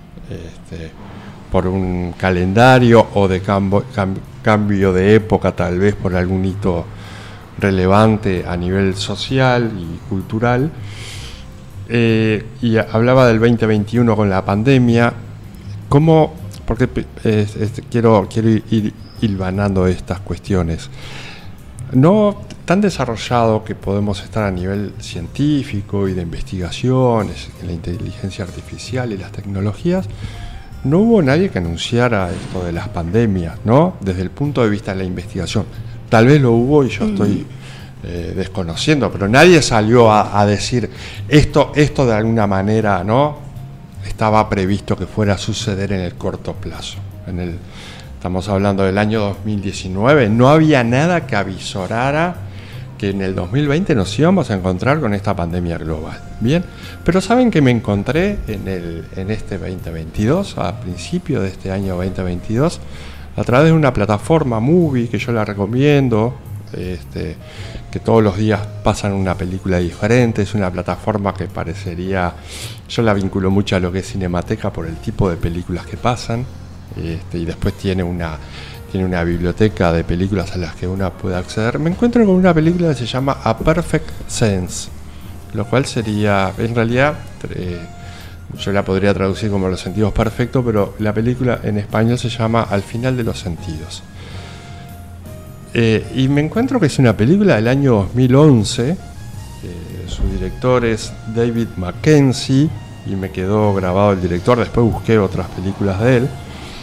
por un calendario, o de cambio de época, tal vez por algún hito relevante a nivel social y cultural, y hablaba del 2021 con la pandemia, porque quiero ir hilvanando estas cuestiones. No tan desarrollado que podemos estar a nivel científico y de investigaciones, en la inteligencia artificial y las tecnologías, no hubo nadie que anunciara esto de las pandemias, ¿no? Desde el punto de vista de la investigación. Tal vez lo hubo y yo estoy desconociendo, pero nadie salió a decir esto de alguna manera, ¿no? Estaba previsto que fuera a suceder en el corto plazo. Estamos hablando del año 2019, no había nada que avisorara que en el 2020 nos íbamos a encontrar con esta pandemia global. Bien, pero ¿saben qué me encontré en este 2022, a principio de este año 2022? A través de una plataforma Movie, que yo la recomiendo, que todos los días pasan una película diferente. Es una plataforma que parecería, yo la vinculo mucho a lo que es Cinemateca por el tipo de películas que pasan, y después tiene una biblioteca de películas a las que uno puede acceder. Me encuentro con una película que se llama A Perfect Sense, lo cual sería, en realidad, yo la podría traducir como Los Sentidos Perfectos, pero la película en español se llama Al Final de los Sentidos. Y me encuentro que es una película del año 2011, su director es David Mackenzie, y me quedó grabado el director, después busqué otras películas de él.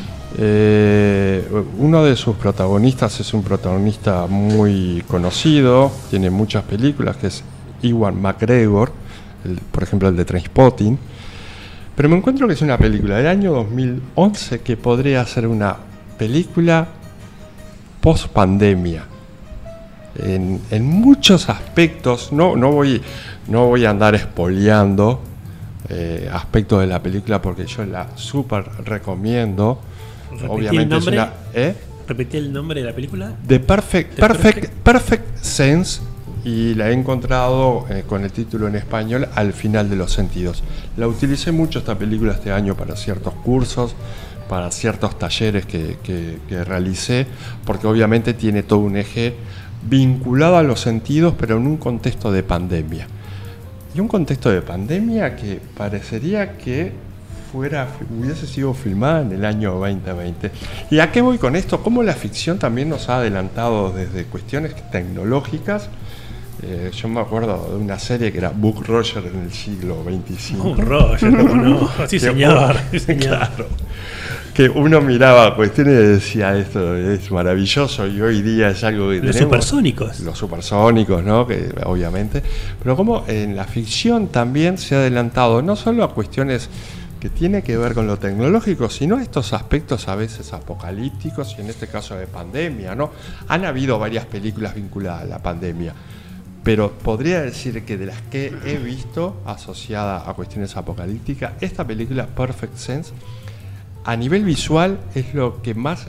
Uno de sus protagonistas es un protagonista muy conocido, tiene muchas películas, que es Ewan McGregor, por ejemplo el de Trainspotting. Pero me encuentro que es una película del año 2011 que podría ser una película post pandemia. En muchos aspectos, no voy a andar espoleando aspectos de la película porque yo la súper recomiendo. Obviamente es una. ¿Repetí el nombre de la película? The Perfect Sense, y la he encontrado con el título en español, Al final de los sentidos. La utilicé mucho esta película este año para ciertos cursos, para ciertos talleres que realicé, porque obviamente tiene todo un eje vinculado a los sentidos, pero en un contexto de pandemia. Y un contexto de pandemia que parecería que hubiese sido filmada en el año 2020. ¿Y a qué voy con esto? Cómo la ficción también nos ha adelantado desde cuestiones tecnológicas. Yo me acuerdo de una serie que era Buck Rogers en el siglo XXV. Buck Rogers, ¿cómo no? Sí, señor. Claro. Que uno miraba cuestiones y decía, esto es maravilloso, y hoy día es algo que los supersónicos. Los supersónicos, ¿no? Que obviamente. Pero como en la ficción también se ha adelantado no solo a cuestiones que tienen que ver con lo tecnológico, sino a estos aspectos a veces apocalípticos, y en este caso de pandemia, ¿no? Han habido varias películas vinculadas a la pandemia, pero podría decir que de las que he visto asociadas a cuestiones apocalípticas, esta película Perfect Sense, a nivel visual, es lo que más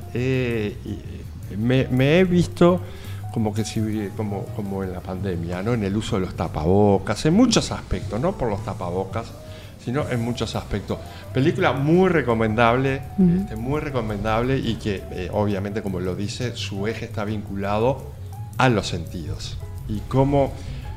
me he visto como en la pandemia, ¿no? En el uso de los tapabocas, en muchos aspectos, no por los tapabocas, sino en muchos aspectos. Película muy recomendable, y que obviamente, como lo dice, su eje está vinculado a los sentidos. Y cómo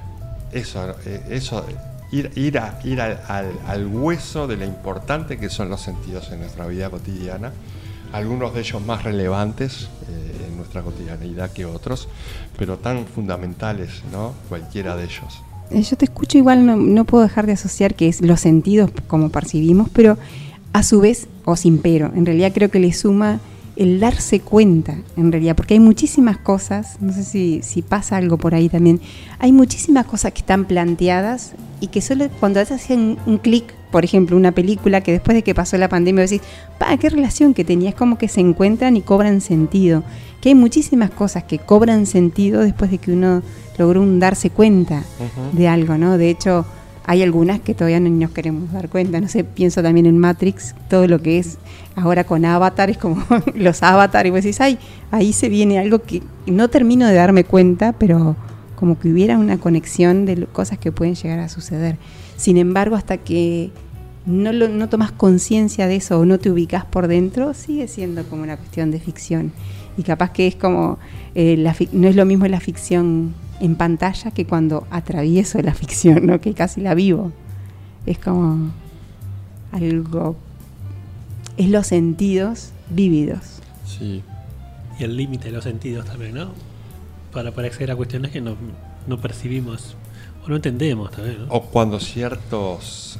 ir al hueso de lo importante que son los sentidos en nuestra vida cotidiana, algunos de ellos más relevantes en nuestra cotidianidad que otros, pero tan fundamentales, ¿no? Cualquiera de ellos. Yo te escucho, igual no puedo dejar de asociar que es los sentidos como percibimos, pero a su vez, o sin pero, en realidad creo que le suma el darse cuenta, en realidad, porque hay muchísimas cosas, no sé si pasa algo por ahí también, hay muchísimas cosas que están planteadas y que solo cuando hacen un clic, por ejemplo, una película que después de que pasó la pandemia decís, qué relación que tenía, es como que se encuentran y cobran sentido, que hay muchísimas cosas que cobran sentido después de que uno logró un darse cuenta de algo, ¿no? De hecho, hay algunas que todavía no nos queremos dar cuenta, no sé, pienso también en Matrix, todo lo que es ahora con Avatar, es como los Avatar, y vos decís, ahí se viene algo que no termino de darme cuenta, pero como que hubiera una conexión de cosas que pueden llegar a suceder. Sin embargo, hasta que no tomas conciencia de eso o no te ubicás por dentro, sigue siendo como una cuestión de ficción. Y capaz que es como, no es lo mismo la ficción en pantalla que cuando atravieso la ficción, ¿no? Que casi la vivo. Es como algo, es los sentidos vívidos. Sí. Y el límite de los sentidos también, ¿no? Para acceder a cuestiones que no percibimos o no entendemos también, ¿no? O cuando ciertos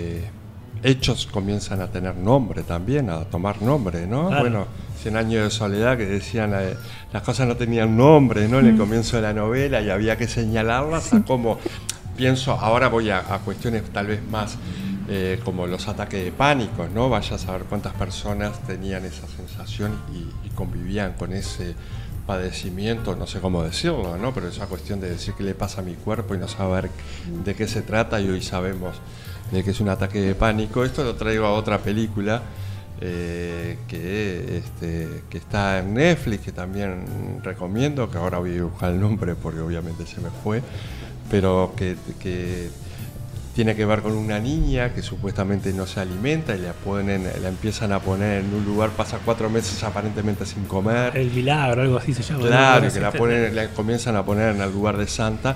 hechos comienzan a tener nombre también, a tomar nombre, ¿no? Claro. Bueno, 100 años de soledad, que decían las cosas no tenían nombre, ¿no? En el comienzo de la novela, y había que señalarlas a cómo, pienso, ahora voy a cuestiones tal vez más como los ataques de pánico, ¿no? Vaya a saber cuántas personas tenían esa sensación y convivían con ese padecimiento, no sé cómo decirlo, ¿no? Pero esa cuestión de decir qué le pasa a mi cuerpo y no saber de qué se trata, y hoy sabemos de que es un ataque de pánico. Esto lo traigo a otra película que está en Netflix, que también recomiendo, que ahora voy a buscar el nombre porque obviamente se me fue, pero que tiene que ver con una niña que supuestamente no se alimenta y la empiezan a poner en un lugar, pasa 4 meses aparentemente sin comer. El milagro, algo así se llama. Claro, que la comienzan a poner en el lugar de santa.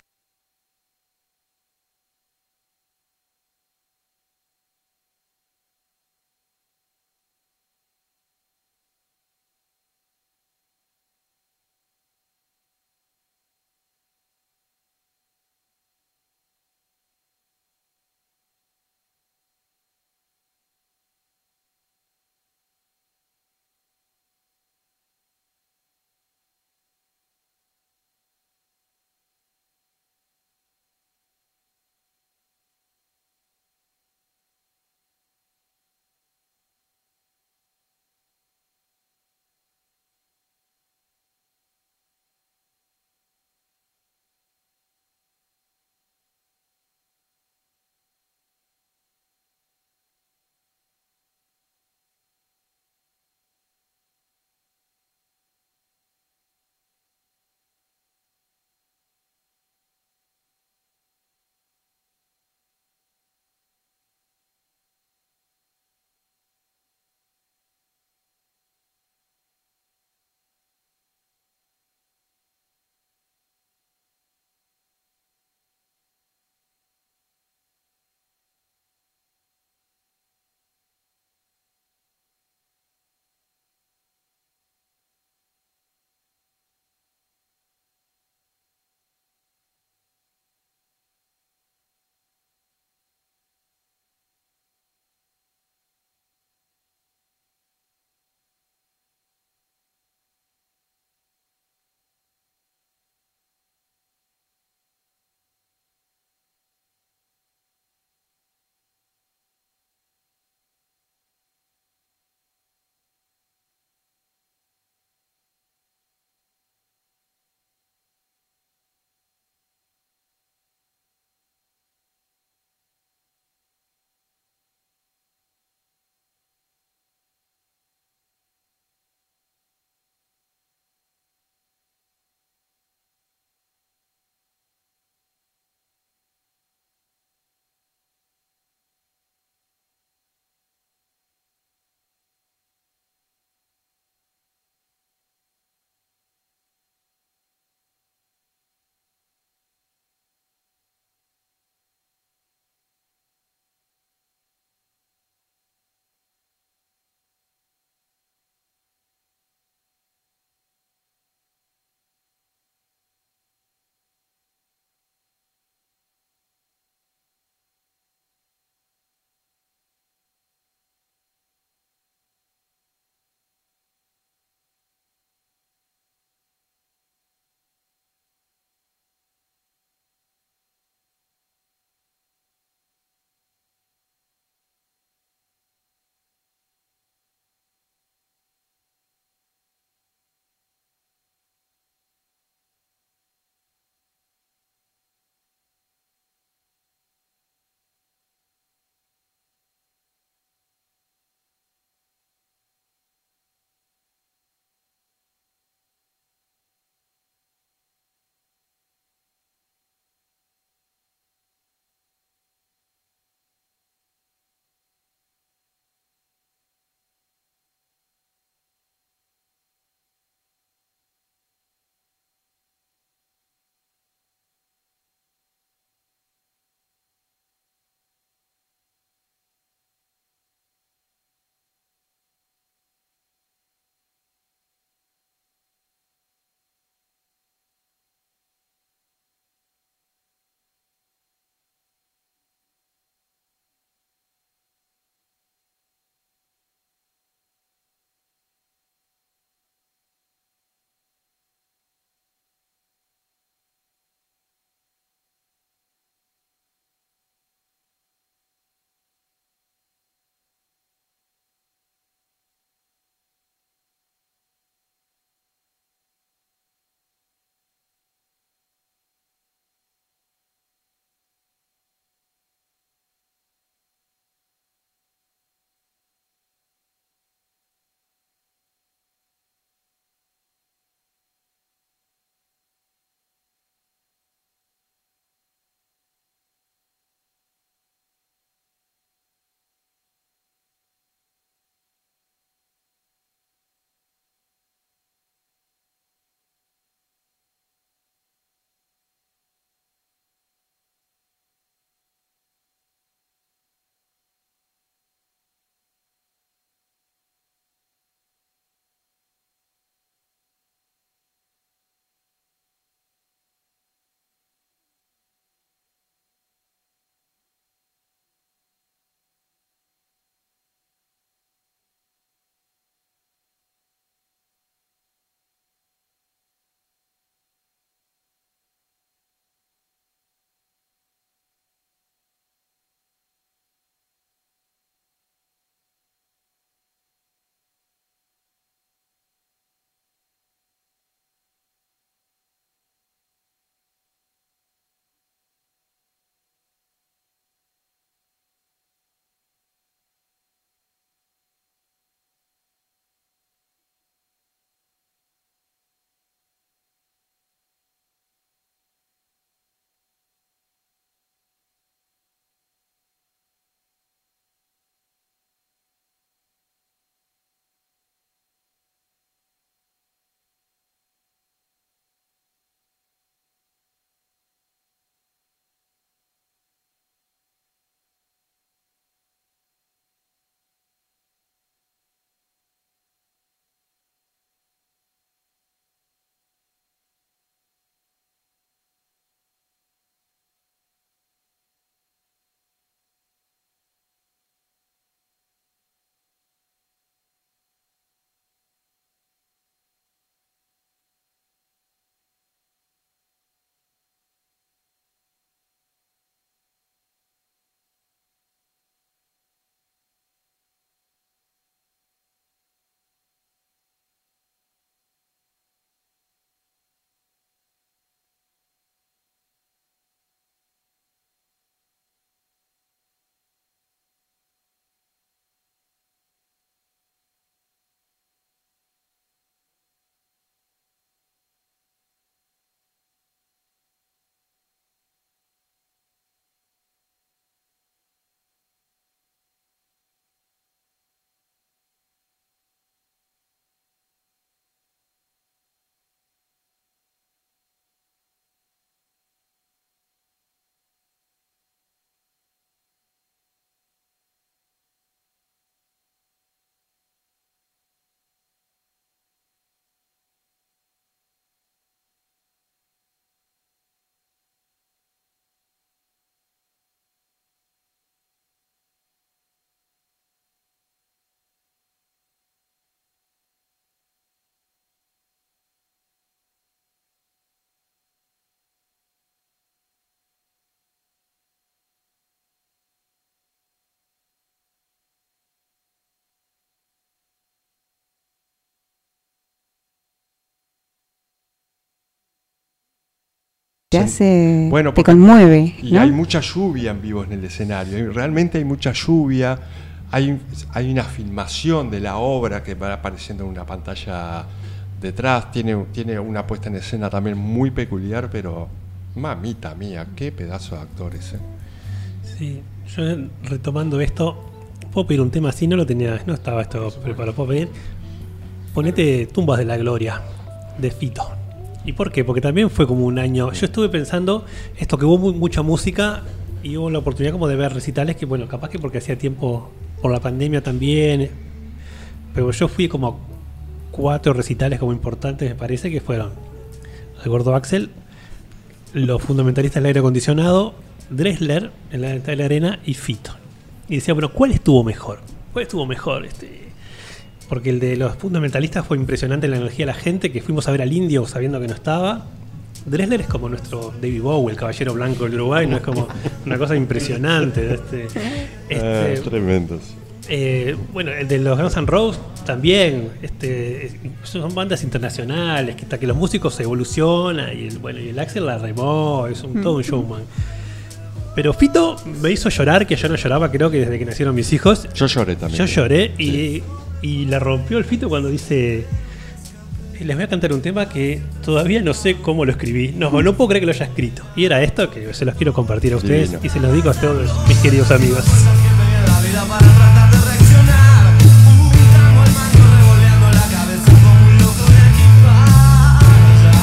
te hace, Bueno, te porque- conmueve, Y ¿no? hay mucha lluvia en vivo en el escenario. Realmente hay mucha lluvia. Hay una filmación de la obra que va apareciendo en una pantalla detrás. Tiene una puesta en escena también muy peculiar, pero mamita mía, qué pedazo de actores. Sí, yo retomando esto, puedo pedir un tema así, no estaba esto preparado, puedo pedir. Ponete Tumbas de la Gloria, de Fito. ¿Y por qué? Porque también fue como un año. Yo estuve pensando esto, que hubo mucha música y hubo la oportunidad como de ver recitales que, bueno, capaz que porque hacía tiempo por la pandemia también. Pero yo fui como a 4 recitales como importantes, me parece, que fueron el Gordo Axel, los Fundamentalistas del Aire Acondicionado, Dressler en la Estadio de la Arena y Fito. Y decía, bueno, ¿cuál estuvo mejor? ¿Cuál estuvo mejor? Porque el de los Fundamentalistas fue impresionante la energía de la gente, que fuimos a ver al Indio sabiendo que no estaba. Dressler es como nuestro David Bowie, el caballero blanco del Uruguay, no es como una cosa impresionante. Tremendos. Bueno, el de los Guns N' Roses también, son bandas internacionales, que hasta que los músicos se evolucionan y el Axel la remó, es todo un showman. Pero Fito me hizo llorar, que yo no lloraba, creo que desde que nacieron mis hijos. Yo lloré también. Yo lloré Sí. y la rompió el Fito cuando dice: les voy a cantar un tema que todavía no sé cómo lo escribí. No puedo creer que lo haya escrito. Y era esto, que se los quiero compartir a ustedes. Divino. Y se los digo a todos mis queridos amigos. La vida para tratar de reaccionar. Un tango al mango revolviendo la cabeza como un loco de aquí para allá.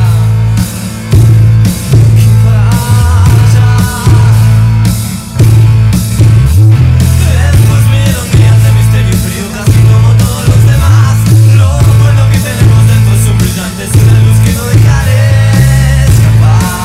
Y para allá. Después vinieron días de misterio y frío, casi como todos los demás. Lo bueno que tenemos dentro es un brillante, es una luz que no dejaré escapar.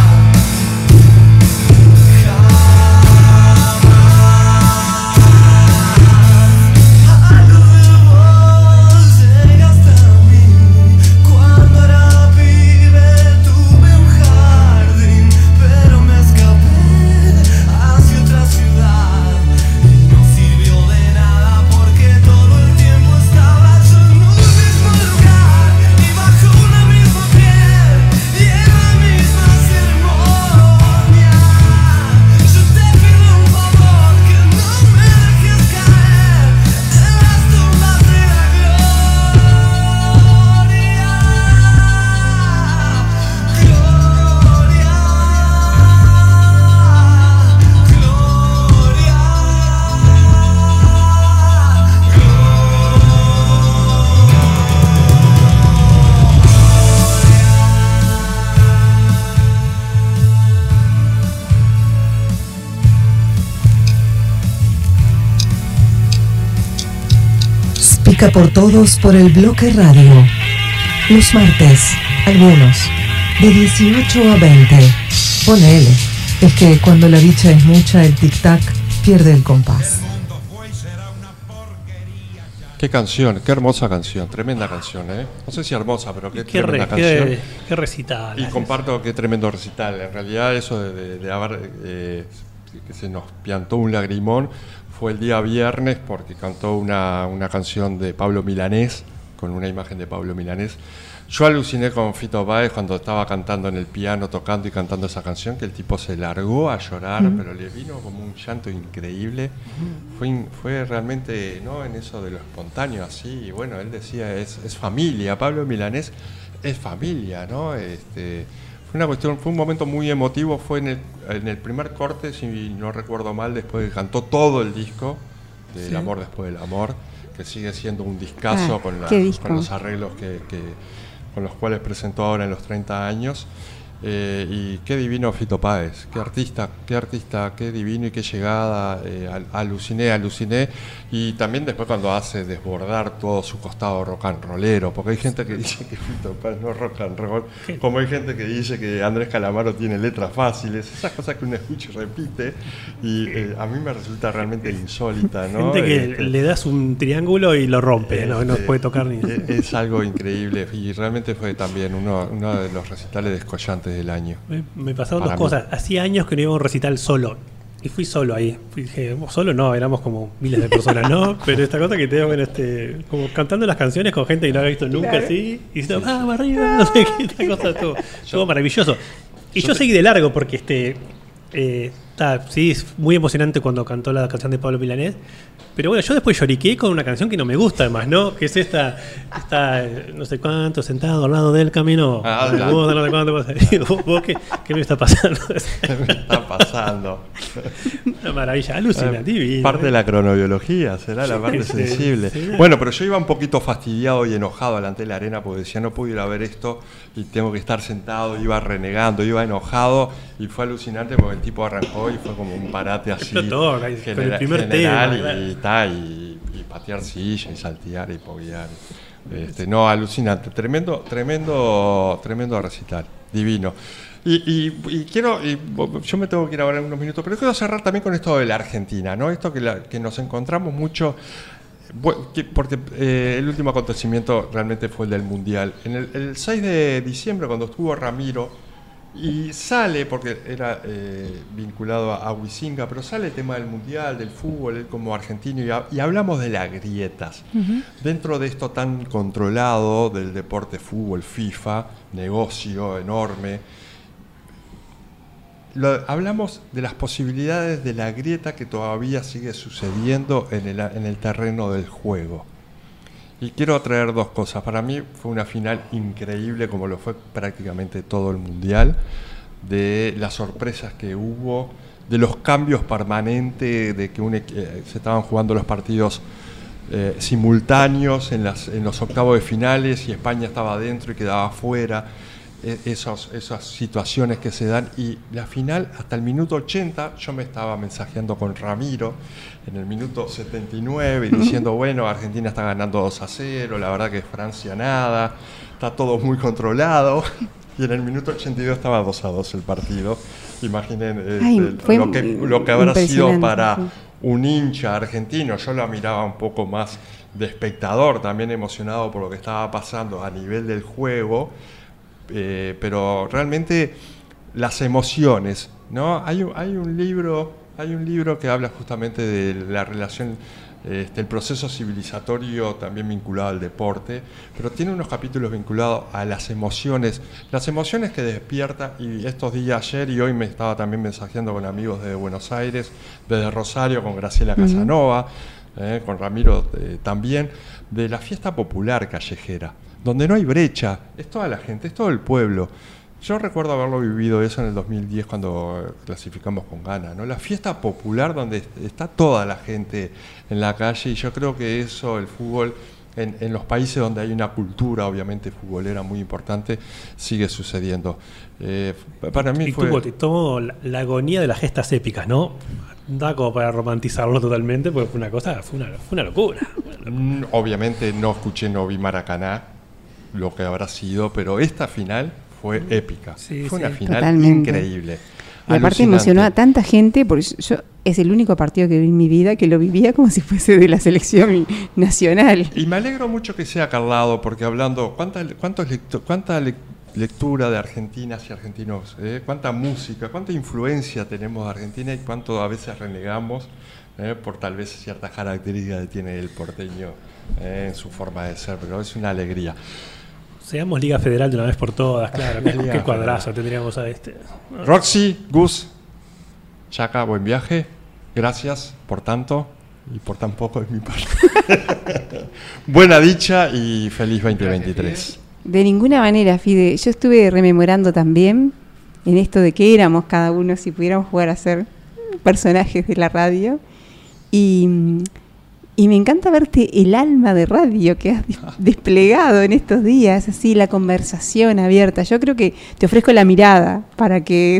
Cuando era pibe tuve un jardín, pero me escapé hacia otra ciudad y no sirvió de nada porque todo el tiempo estaba yo en un mismo lugar y bajo una misma piel y en la misma ceremonia. Yo te pido un favor, que no me dejes caer en las tumbas de la Pica por todos por el Bloque Radio. Los martes, algunos, de 18 a 20. Ponele. Es que cuando la bicha es mucha, el tic-tac pierde el compás. Qué canción, qué hermosa canción, tremenda canción, ¿eh? No sé si hermosa, pero qué tremenda canción. Qué recital. Y comparto qué tremendo recital. En realidad eso de haber que se nos piantó un lagrimón fue el día viernes porque cantó una canción de Pablo Milanés, con una imagen de Pablo Milanés. Yo aluciné con Fito Páez cuando estaba cantando en el piano, tocando y cantando esa canción, que el tipo se largó a llorar, pero le vino como un llanto increíble. Fue realmente, ¿no?, en eso de lo espontáneo, así. Y bueno, él decía, es familia, Pablo Milanés es familia, ¿no? Fue un momento muy emotivo, fue en el primer corte, si no recuerdo mal, después que cantó todo el disco del Amor Después del Amor, que sigue siendo un discazo con los arreglos con los cuales presentó ahora en los 30 años. Y qué divino Fito Páez, qué artista, qué divino y qué llegada. Aluciné. Y también después cuando hace desbordar todo su costado rock and rollero, porque hay gente que dice que Fito Páez no es rock and roll, como hay gente que dice que Andrés Calamaro tiene letras fáciles, esas cosas que uno escucha y repite, y a mí me resulta realmente insólita, ¿no? Gente que le das un triángulo y lo rompe, no puede tocar ni. Es algo increíble, y realmente fue también uno de los recitales descollantes del año. Me pasaron dos cosas. Hacía años que no iba a un recital solo. Y fui solo ahí. Dije, solo no, éramos como miles de personas, ¿no? Pero esta cosa que te ven como cantando las canciones con gente que no había visto nunca, así. Y diciendo, vamos arriba, no sé qué, esta cosa estuvo maravilloso. Y yo seguí de largo porque sí, es muy emocionante cuando cantó la canción de Pablo Milanés. Pero bueno, yo después lloriqué con una canción que no me gusta además, ¿no? Que es esta no sé cuánto, sentado al lado del camino. No sé cuánto. ¿Vos qué me está pasando? ¿Qué me está pasando? Una maravilla, alucinante, divina. Parte de la cronobiología, será la parte sensible. Sí. Bueno, pero yo iba un poquito fastidiado y enojado delante de la arena porque decía, no puedo ir a ver esto y tengo que estar sentado. Iba renegando, iba enojado y fue alucinante porque el tipo arrancó y fue como un parate así. Explotó, con el primer tema. Y patear silla y saltear y poguear. No, alucinante, tremendo recital, divino. Yo me tengo que ir ahora en unos minutos, pero quiero cerrar también con esto de la Argentina, ¿no? Esto que nos encontramos mucho, porque el último acontecimiento realmente fue el del Mundial. El 6 de diciembre, cuando estuvo Ramiro, y sale, porque era vinculado a Huizinga, pero sale el tema del Mundial, del fútbol, él como argentino, y hablamos de las grietas. Dentro de esto tan controlado del deporte fútbol, FIFA, negocio enorme, hablamos de las posibilidades de la grieta que todavía sigue sucediendo en el terreno del juego. Y quiero traer dos cosas. Para mí fue una final increíble, como lo fue prácticamente todo el Mundial, de las sorpresas que hubo, de los cambios permanentes, de que se estaban jugando los partidos simultáneos en los octavos de finales y España estaba adentro y quedaba afuera. Esas situaciones que se dan, y la final hasta el minuto 80 yo me estaba mensajeando con Ramiro en el minuto 79 y diciendo, bueno, Argentina está ganando 2-0, la verdad que Francia nada, está todo muy controlado, y en el minuto 82 estaba 2-2 el partido. Imaginen lo que habrá sido para un hincha argentino. Yo lo miraba un poco más de espectador, también emocionado por lo que estaba pasando a nivel del juego. Pero realmente las emociones, ¿no? Hay un libro que habla justamente de la relación, el proceso civilizatorio también vinculado al deporte, pero tiene unos capítulos vinculados a las emociones que despierta. Y estos días, ayer y hoy, me estaba también mensajeando con amigos de Buenos Aires, desde Rosario, con Graciela Casanova, con Ramiro también, de la fiesta popular callejera, donde no hay brecha, es toda la gente, es todo el pueblo. Yo recuerdo haberlo vivido eso en el 2010 cuando clasificamos con Ghana, ¿no? La fiesta popular donde está toda la gente en la calle, y yo creo que eso, el fútbol, en los países donde hay una cultura obviamente futbolera muy importante, sigue sucediendo. Para mí tuvo la agonía de las gestas épicas, ¿no? Da como para romantizarlo totalmente, porque fue una locura. Obviamente no vi Maracaná, lo que habrá sido, pero esta final fue épica. Fue una final totalmente increíble. Y aparte emocionó a tanta gente, porque yo es el único partido que vi en mi vida que lo vivía como si fuese de la selección nacional. Y me alegro mucho que sea Carlado, porque hablando, cuánta lectura de argentinas y argentinos, cuánta música, cuánta influencia tenemos de Argentina, y cuánto a veces renegamos por tal vez ciertas características que tiene el porteño en su forma de ser, pero es una alegría. Seamos Liga Federal de una vez por todas, claro. Qué cuadrazo tendríamos a Roxy, Gus, Chaca, buen viaje. Gracias por tanto y por tan poco de mi parte. Buena dicha y feliz 2023. De ninguna manera, Fide. Yo estuve rememorando también en esto de que éramos cada uno, si pudiéramos jugar a ser personajes de la radio. Y me encanta verte el alma de radio que has desplegado en estos días, así la conversación abierta. Yo creo que te ofrezco la mirada para que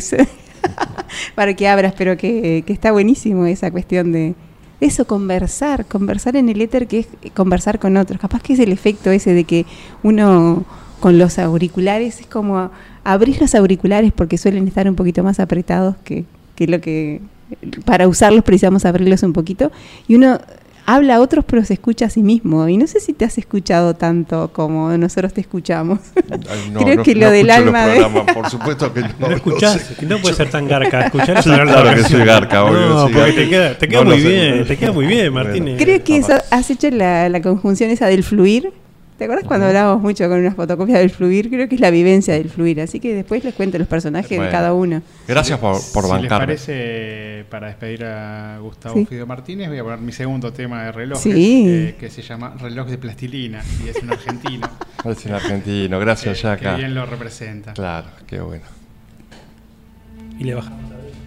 abras, pero que está buenísimo esa cuestión de eso, conversar en el éter, que es conversar con otros. Capaz que es el efecto ese de que uno con los auriculares es como abrir los auriculares, porque suelen estar un poquito más apretados que lo que para usarlos precisamos abrirlos un poquito, y uno habla a otros pero se escucha a sí mismo, y no sé si te has escuchado tanto como nosotros te escuchamos. Creo que lo del alma por supuesto que no escuchás, que no puede ser tan garca escuchar. Sí, claro que soy garca, obvio. No, porque te queda muy bien, Martínez. Creo que eso, has hecho la conjunción esa del fluir ¿Te acuerdas cuando hablábamos mucho con unas fotocopias del fluir? Creo que es la vivencia del fluir, así que después les cuento los personajes de cada uno. Gracias por Si les bancarme. parece, para despedir a Gustavo Sí. Fideo Martínez, voy a poner mi segundo tema de relojes, Sí. que se llama Reloj de Plastilina, y es un argentino. Es un argentino, gracias, que Yaka. bien lo representa. Claro, qué bueno. Y le bajamos.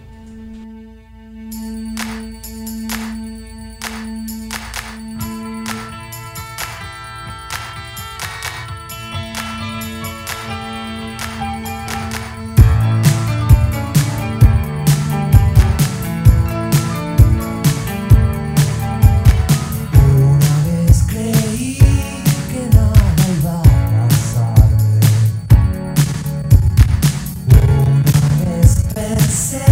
Una vez creí que nada iba a pasarme. Una vez pensé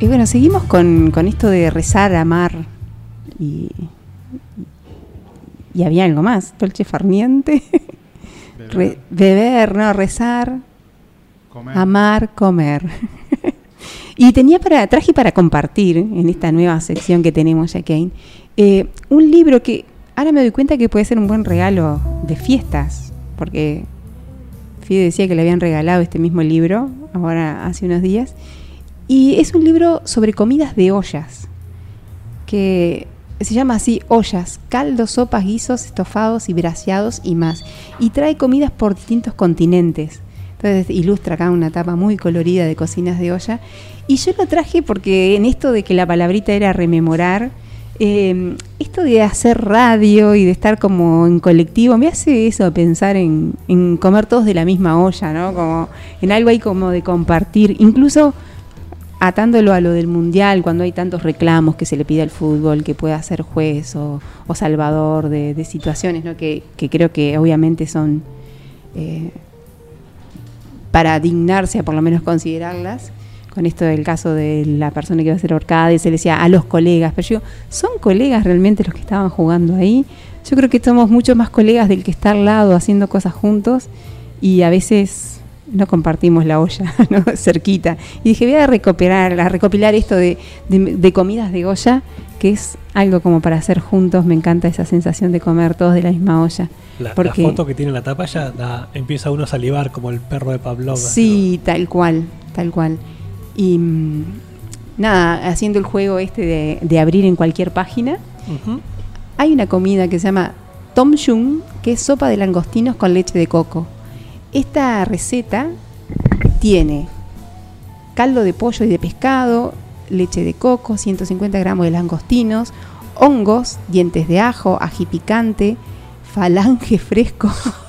Y bueno, seguimos con esto de rezar, amar y había algo más, dolce farniente, beber, no, rezar, Comer. amar, comer. Y traje para compartir en esta nueva sección que tenemos, Jacqueline, un libro que ahora me doy cuenta que puede ser un buen regalo de fiestas, porque Fide decía que le habían regalado este mismo libro, ahora hace unos días, y es un libro sobre comidas de ollas, que se llama así, ollas, caldos, sopas, guisos, estofados y braseados y más, y trae comidas por distintos continentes. Entonces ilustra acá una tapa muy colorida de cocinas de olla, y yo lo traje porque en esto de que la palabrita era rememorar, esto de hacer radio y de estar como en colectivo me hace eso, pensar en comer todos de la misma olla, ¿no? Como en algo ahí como de compartir, incluso atándolo a lo del mundial, cuando hay tantos reclamos que se le pide al fútbol que pueda ser juez o salvador de situaciones, ¿no? Que creo que obviamente son para dignarse a por lo menos considerarlas. Con esto del caso de la persona que iba a ser ahorcada, y se le decía a los colegas, pero yo, ¿son colegas realmente los que estaban jugando ahí? Yo creo que somos mucho más colegas del que está al lado haciendo cosas juntos, y a veces no compartimos la olla, ¿no? Cerquita. Y dije, voy a recopilar esto de comidas de olla, que es algo como para hacer juntos. Me encanta esa sensación de comer todos de la misma olla. La foto que tiene la tapa ya empieza uno a salivar como el perro de Pavlov. Sí, ¿no? Tal cual. Y nada, haciendo el juego de abrir en cualquier página, hay una comida que se llama Tom Yum, que es sopa de langostinos con leche de coco. Esta receta tiene caldo de pollo y de pescado, leche de coco, 150 gramos de langostinos, hongos, dientes de ajo, ají picante, falange fresco,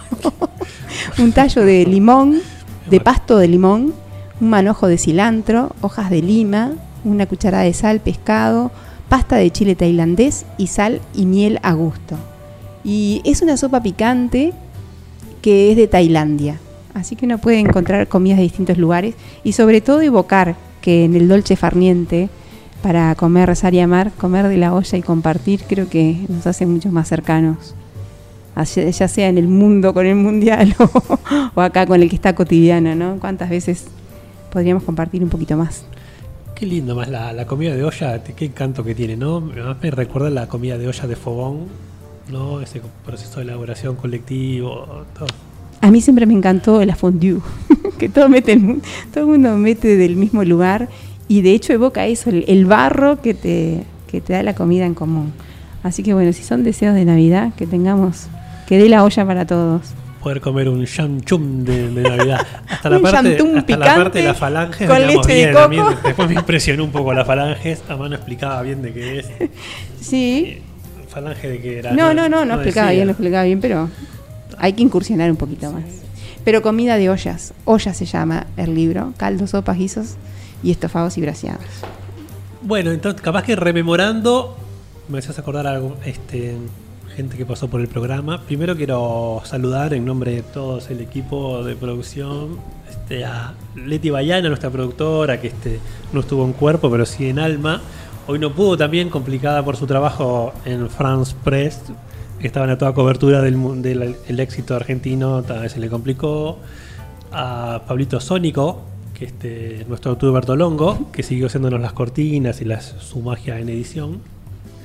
un tallo de limón, de pasto de limón, un manojo de cilantro, hojas de lima, una cucharada de sal, pescado, pasta de chile tailandés y sal y miel a gusto. Y es una sopa picante que es de Tailandia, así que uno puede encontrar comidas de distintos lugares y sobre todo evocar que en el dolce farniente, para comer, rezar y amar, comer de la olla y compartir, creo que nos hace mucho más cercanos, ya sea en el mundo con el mundial o acá con el que está cotidiano, ¿no? ¿Cuántas veces podríamos compartir un poquito más? Qué lindo más la comida de olla, qué encanto que tiene, ¿no? Además me recuerda la comida de olla de fogón, ¿no? Ese proceso de elaboración colectivo, todo. A mí siempre me encantó la fondue, que todo el mundo mete del mismo lugar, y de hecho evoca eso, el barro que te da la comida en común. Así que bueno, si son deseos de Navidad, que dé la olla para todos. Poder comer un chanchum de Navidad. Hasta la Un parte picante de las falanges con veníamos leche de bien. coco. A mí después me impresionó un poco las falanges. Además no explicaba bien de qué es. Sí. Falange de qué era. No explicaba decía. bien, pero hay que incursionar un poquito más. Pero comida de ollas. Ollas se llama el libro. Caldos, sopas, guisos y estofados y braseados. Bueno, entonces capaz que rememorando me haces acordar algo, gente que pasó por el programa. Primero quiero saludar en nombre de todos el equipo de producción a Leti Bayana, nuestra productora, que no estuvo en cuerpo, pero sí en alma. Hoy no pudo, también complicada por su trabajo en France Press, que estaba en toda cobertura del éxito argentino, tal vez se le complicó. A Pablito Sónico, que nuestro autor Bertolongo, que siguió haciéndonos las cortinas y su magia en edición.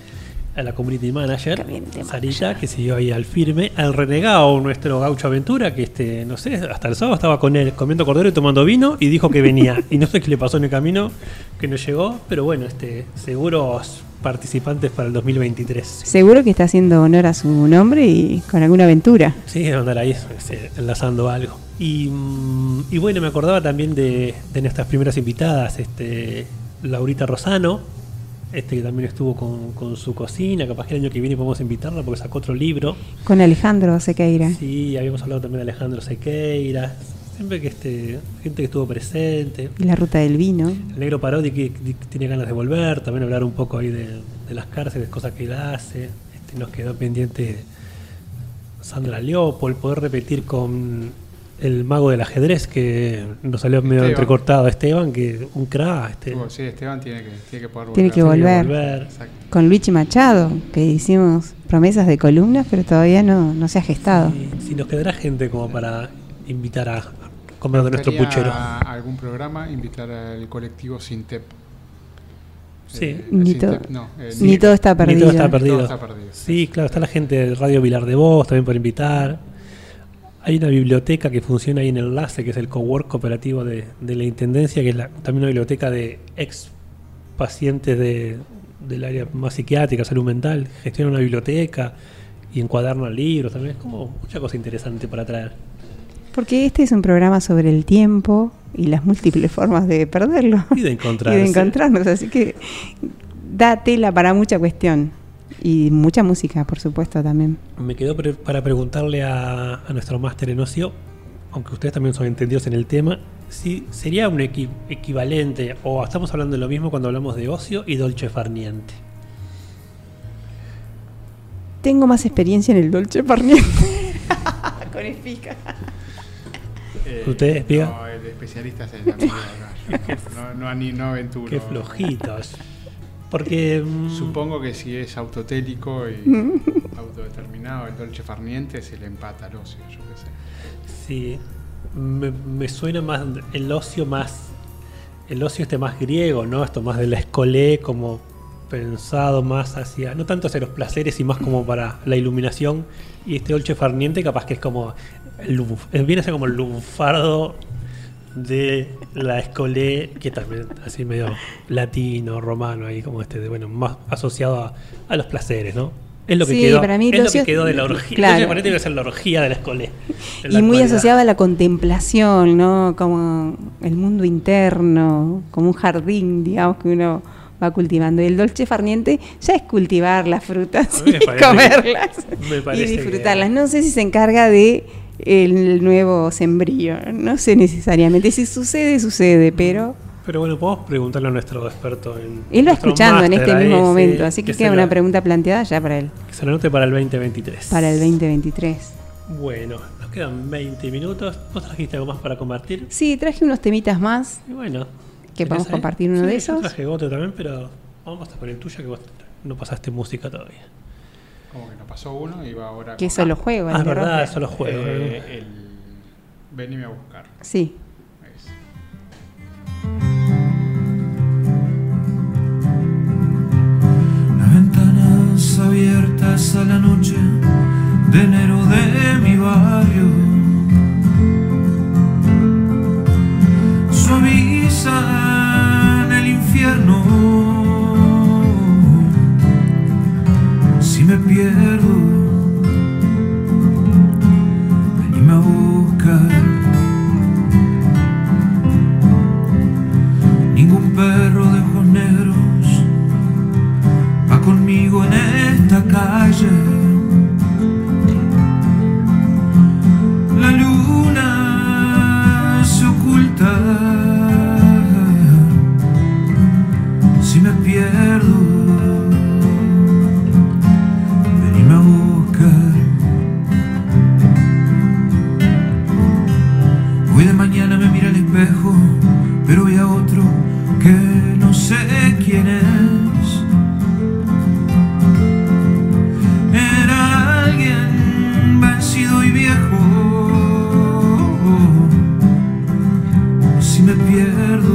A la community manager, Sarita, que siguió ahí al firme. Al renegado, nuestro gaucho aventura, que no sé, hasta el sábado estaba con él comiendo cordero y tomando vino y dijo que venía. Y no sé qué le pasó en el camino, que no llegó, pero bueno, seguros participantes para el 2023. Seguro que está haciendo honor a su nombre y con alguna aventura. Sí, andar ahí enlazando algo. Y bueno, me acordaba también de nuestras primeras invitadas, Laurita Rosano, que también estuvo con su cocina. Capaz que el año que viene podemos invitarla porque sacó otro libro. Con Alejandro Sequeira. Sí, habíamos hablado también de Alejandro Sequeira. Siempre que gente que estuvo presente. Y la ruta del vino. El negro Parodi que tiene ganas de volver, también hablar un poco ahí de las cárceles, cosas que él hace. Nos quedó pendiente Sandra Leopold, poder repetir con el mago del ajedrez que nos salió medio Esteban. entrecortado, Esteban, que un crack. Sí, Esteban tiene que poder volver. Tiene que volver. Exacto. Con Luigi Machado, que hicimos promesas de columnas, pero todavía no se ha gestado. Si nos quedará gente como para invitar a comer de nuestro puchero. A algún programa, invitar al colectivo Sintep. Sí. Ni Sintep, todo- no, Ni todo está perdido. Ni todo está perdido. Todo está perdido. Sí, claro, está la gente del Radio Vilar de Voz también por invitar. Hay una biblioteca que funciona ahí en Enlace, que es el cowork cooperativo de la Intendencia, que es también una biblioteca de ex pacientes del área más psiquiátrica, salud mental. Gestiona una biblioteca y encuaderna libros también. Es como mucha cosa interesante para traer. Porque este es un programa sobre el tiempo y las múltiples formas de perderlo. Y de encontrarse. Y de encontrarnos, así que da tela para mucha cuestión. Y mucha música, por supuesto, también. Me quedó para preguntarle a nuestro máster en ocio, aunque ustedes también son entendidos en el tema, si sería un equivalente, o estamos hablando de lo mismo cuando hablamos de ocio y dolce far niente. Tengo más experiencia en el dolce far niente. Con Espiga. ¿Usted, Espiga? No, el especialista es el amigo del gallo. No aventuro. Qué flojitos. Porque supongo que si es autotélico y autodeterminado, el dolce far niente se le empata al ocio, yo qué sé. Sí, me suena más el ocio más griego, ¿no? Esto más de la escolé, como pensado más hacia, no tanto hacia los placeres y más como para la iluminación. Y este dolce far niente capaz que es como viene a ser como el lunfardo de la escolé, que también así medio latino, romano, ahí como más asociado a los placeres, ¿no? Es lo que Sí, quedó, para mí es lo ocio- que quedó de la orgía. claro. Entonces, para mí debe ser la orgía de la escolé. en Y la muy actualidad. asociado a la contemplación, ¿no? Como el mundo interno, como un jardín, digamos, que uno va cultivando. Y el dolce far niente ya es cultivar las frutas A mí me y parece comerlas me y parece disfrutarlas. No sé si se encarga de el nuevo sembrío, no sé necesariamente. Si sucede, pero Pero bueno, podemos preguntarle a nuestro experto en. él va nuestro escuchando en máster este a mismo ese, momento, así que se queda lo- una pregunta planteada ya para él, Que se lo anote para el 2023. para el 2023. Bueno, nos quedan 20 minutos. ¿Vos trajiste algo más para compartir? Sí, traje unos temitas más. Y bueno. ¿Que ¿tenés podemos ahí? compartir uno de Yo esos? traje otro también, pero vamos a poner el tuyo que vos no pasaste música todavía. Como que nos pasó uno y va ahora. Que con- solo juego. Ah, el es de verdad, rock. solo juego. el Venime a buscar. Sí. Es. Las ventanas abiertas a la noche de enero de mi barrio suavizan el infierno. Si me pierdo, venime a buscar. Ningún perro de ojos negros va conmigo en esta calle. La luna se oculta si me pierdo. Venime a buscar. Hoy de mañana me mira al espejo, pero vi a otro que no sé quién es. Era alguien vencido y viejo. Si me pierdo,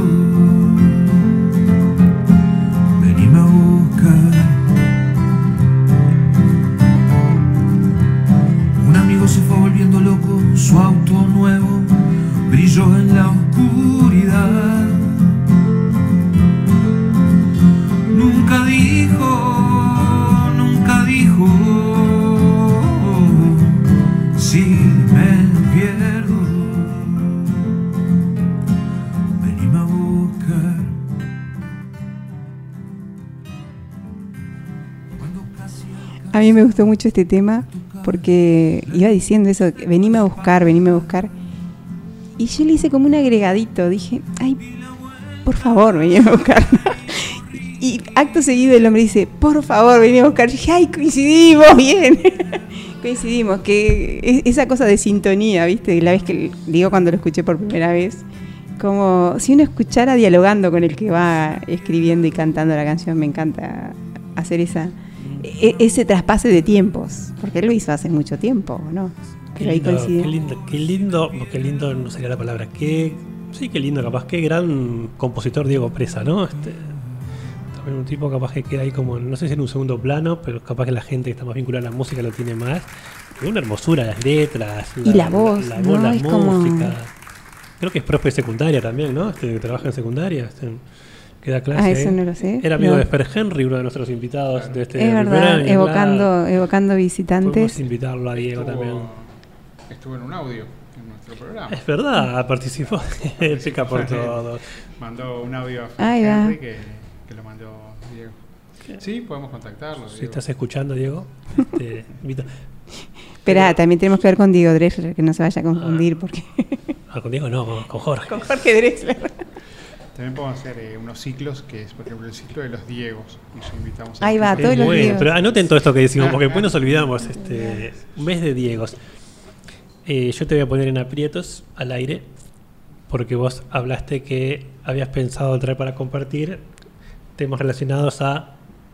venime a buscar. Un amigo se fue volviendo loco, su auto nuevo brilló en la oscuridad. Nunca dijo, si me pierdo, venime a buscar. A mí me gustó mucho este tema porque iba diciendo eso, venime a buscar. Y yo le hice como un agregadito, dije, ay, por favor, venime a buscar. Y acto seguido el hombre dice, por favor, venime a buscar. Yo dije, ay, coincidimos bien. Coincidimos, que esa cosa de sintonía, ¿viste? La vez que digo cuando lo escuché por primera vez, como si uno escuchara dialogando con el que va escribiendo y cantando la canción. Me encanta hacer ese traspase de tiempos, porque él lo hizo hace mucho tiempo, ¿no? Pero ahí coincide. Qué lindo no sería la palabra, qué lindo, capaz, qué gran compositor Diego Presa, ¿no? También un tipo capaz que queda ahí como, no sé si en un segundo plano, pero capaz que la gente que está más vinculada a la música lo tiene más. Y una hermosura, las letras, y la voz, la música. Como... Creo que es profe de secundaria también, ¿no? Trabaja en secundaria. Que da clase. Eso no lo sé. Era amigo de Fer Henry, uno de nuestros invitados de este es verdad, año, evocando visitantes. Podemos invitarlo a Diego también. Estuvo en un audio en nuestro programa. Es verdad, participó de Pica por Todos. Mandó un audio a Fer Henry que lo mandó Diego. Sí, podemos contactarlo. Si estás escuchando, Diego, invita. Esperá, también tenemos que ver con Diego Drexler, que no se vaya a confundir. Porque con Diego no, con Jorge. Con Jorge Drexler. También podemos hacer unos ciclos, que es, por ejemplo, el ciclo de los Diegos. Y eso invitamos Ahí va, todos los Diegos. Pero anoten todo esto que decimos, porque después nos olvidamos. Un mes de Diegos. Yo te voy a poner en aprietos al aire, porque vos hablaste que habías pensado traer para compartir temas relacionados a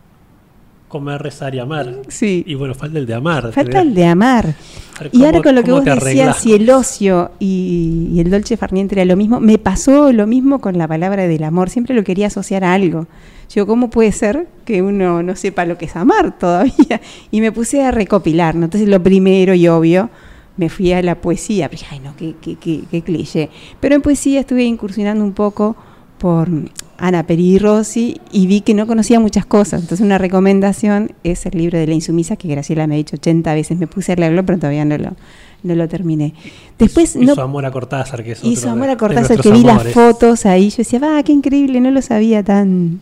comer, rezar y amar. Sí. Y bueno, falta el de amar. Falta el de amar. Y ahora con lo que vos decías, si el ocio y el dolce far niente era lo mismo, me pasó lo mismo con la palabra del amor. Siempre lo quería asociar a algo. Yo, ¿cómo puede ser que uno no sepa lo que es amar todavía? Y me puse a recopilar, ¿no? Entonces, lo primero y obvio, me fui a la poesía. Pero, ay, no, qué cliché. Pero en poesía estuve incursionando un poco por Ana Peri Rossi y vi que no conocía muchas cosas. Entonces una recomendación es el libro de La Insumisa, que Graciela me ha dicho 80 veces. Me puse a leerlo, pero todavía no lo terminé. Después y su amor a Cortázar, que es otro. Y su amor a Cortázar, que vi las fotos ahí. Yo decía, qué increíble, no lo sabía tan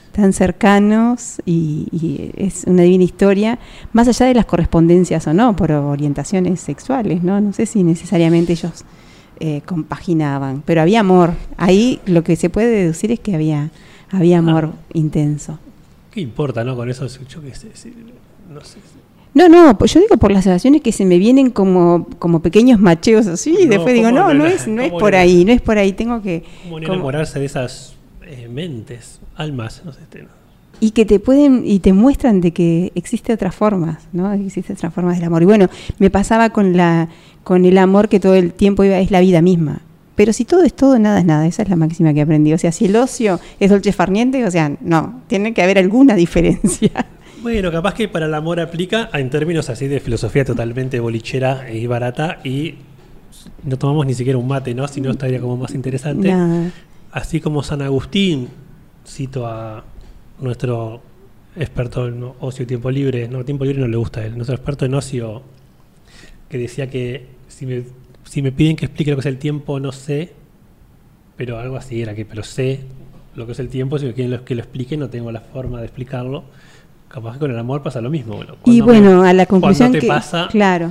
cercanos y es una divina historia, más allá de las correspondencias o no, por orientaciones sexuales, ¿no? No sé si necesariamente ellos compaginaban, pero había amor. Ahí lo que se puede deducir es que había amor intenso. ¿Qué importa, no? Con eso, yo qué sé, no sé. No, yo digo por las sensaciones que se me vienen como pequeños macheos así, y después digo, no es por ahí, tengo que... ¿Cómo enamorarse de esas mentes, almas, no sé, y que te muestran de que existe otras formas, ¿no? Existe otras formas del amor. Y bueno, me pasaba con el amor que todo el tiempo es la vida misma. Pero si todo es todo, nada es nada. Esa es la máxima que aprendí. O sea, si el ocio es dolce far niente, o sea, no, tiene que haber alguna diferencia. Bueno, capaz que para el amor aplica en términos así de filosofía totalmente bolichera y barata, y no tomamos ni siquiera un mate, ¿no? Si no, estaría como más interesante. Nada. Así como San Agustín, cito a nuestro experto en ocio y tiempo libre no le gusta a él, nuestro experto en ocio, que decía que si me piden que explique lo que es el tiempo, no sé, pero algo así era, pero sé lo que es el tiempo, si me quieren que lo explique, no tengo la forma de explicarlo. Capaz que con el amor pasa lo mismo. Bueno, a la conclusión que pasa, claro,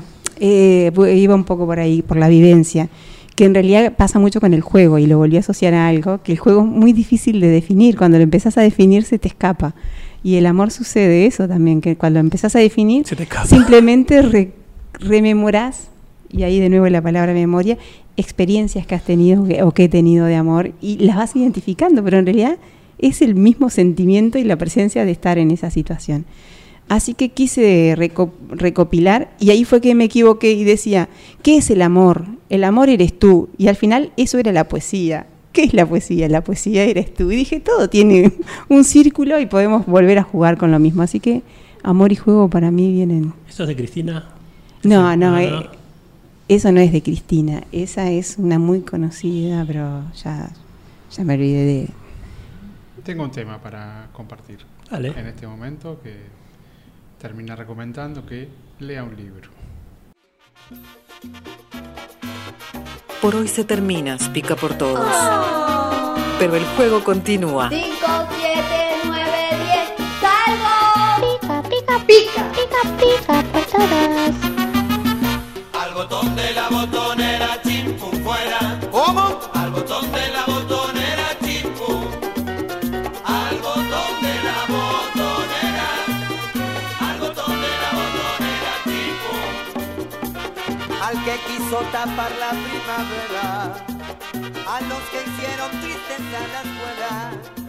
iba un poco por ahí, por la vivencia, que en realidad pasa mucho con el juego, y lo volví a asociar a algo, que el juego es muy difícil de definir. Cuando lo empezás a definir se te escapa, y el amor sucede eso también, que cuando empezás a definir simplemente rememorás, y ahí de nuevo la palabra memoria, experiencias que has tenido o que he tenido de amor, y las vas identificando, pero en realidad es el mismo sentimiento y la presencia de estar en esa situación. Así que quise recopilar, y ahí fue que me equivoqué y decía, ¿qué es el amor? El amor eres tú, y al final eso era la poesía. ¿Qué es la poesía? La poesía eres tú. Y dije, todo tiene un círculo y podemos volver a jugar con lo mismo. Así que amor y juego para mí vienen... ¿Eso es de Cristina? No, eso no es de Cristina. Esa es una muy conocida, pero ya me olvidé de... Tengo un tema para compartir. Dale. En este momento, que termina recomendando que lea un libro. Por hoy se termina, Pica por Todos. Pero el juego continúa. 5, 7, 9, 10, ¡salgo! Pica, pica, pica, pica, pica por todos. Al botón de la botonera, chim, pum, fuera. ¿Cómo? Al botón de la botonera, chim, pum. Al botón de la botonera. Al botón de la botonera, chim, pum. al que quiso tapar la primavera, a los que hicieron tristeza en la escuela.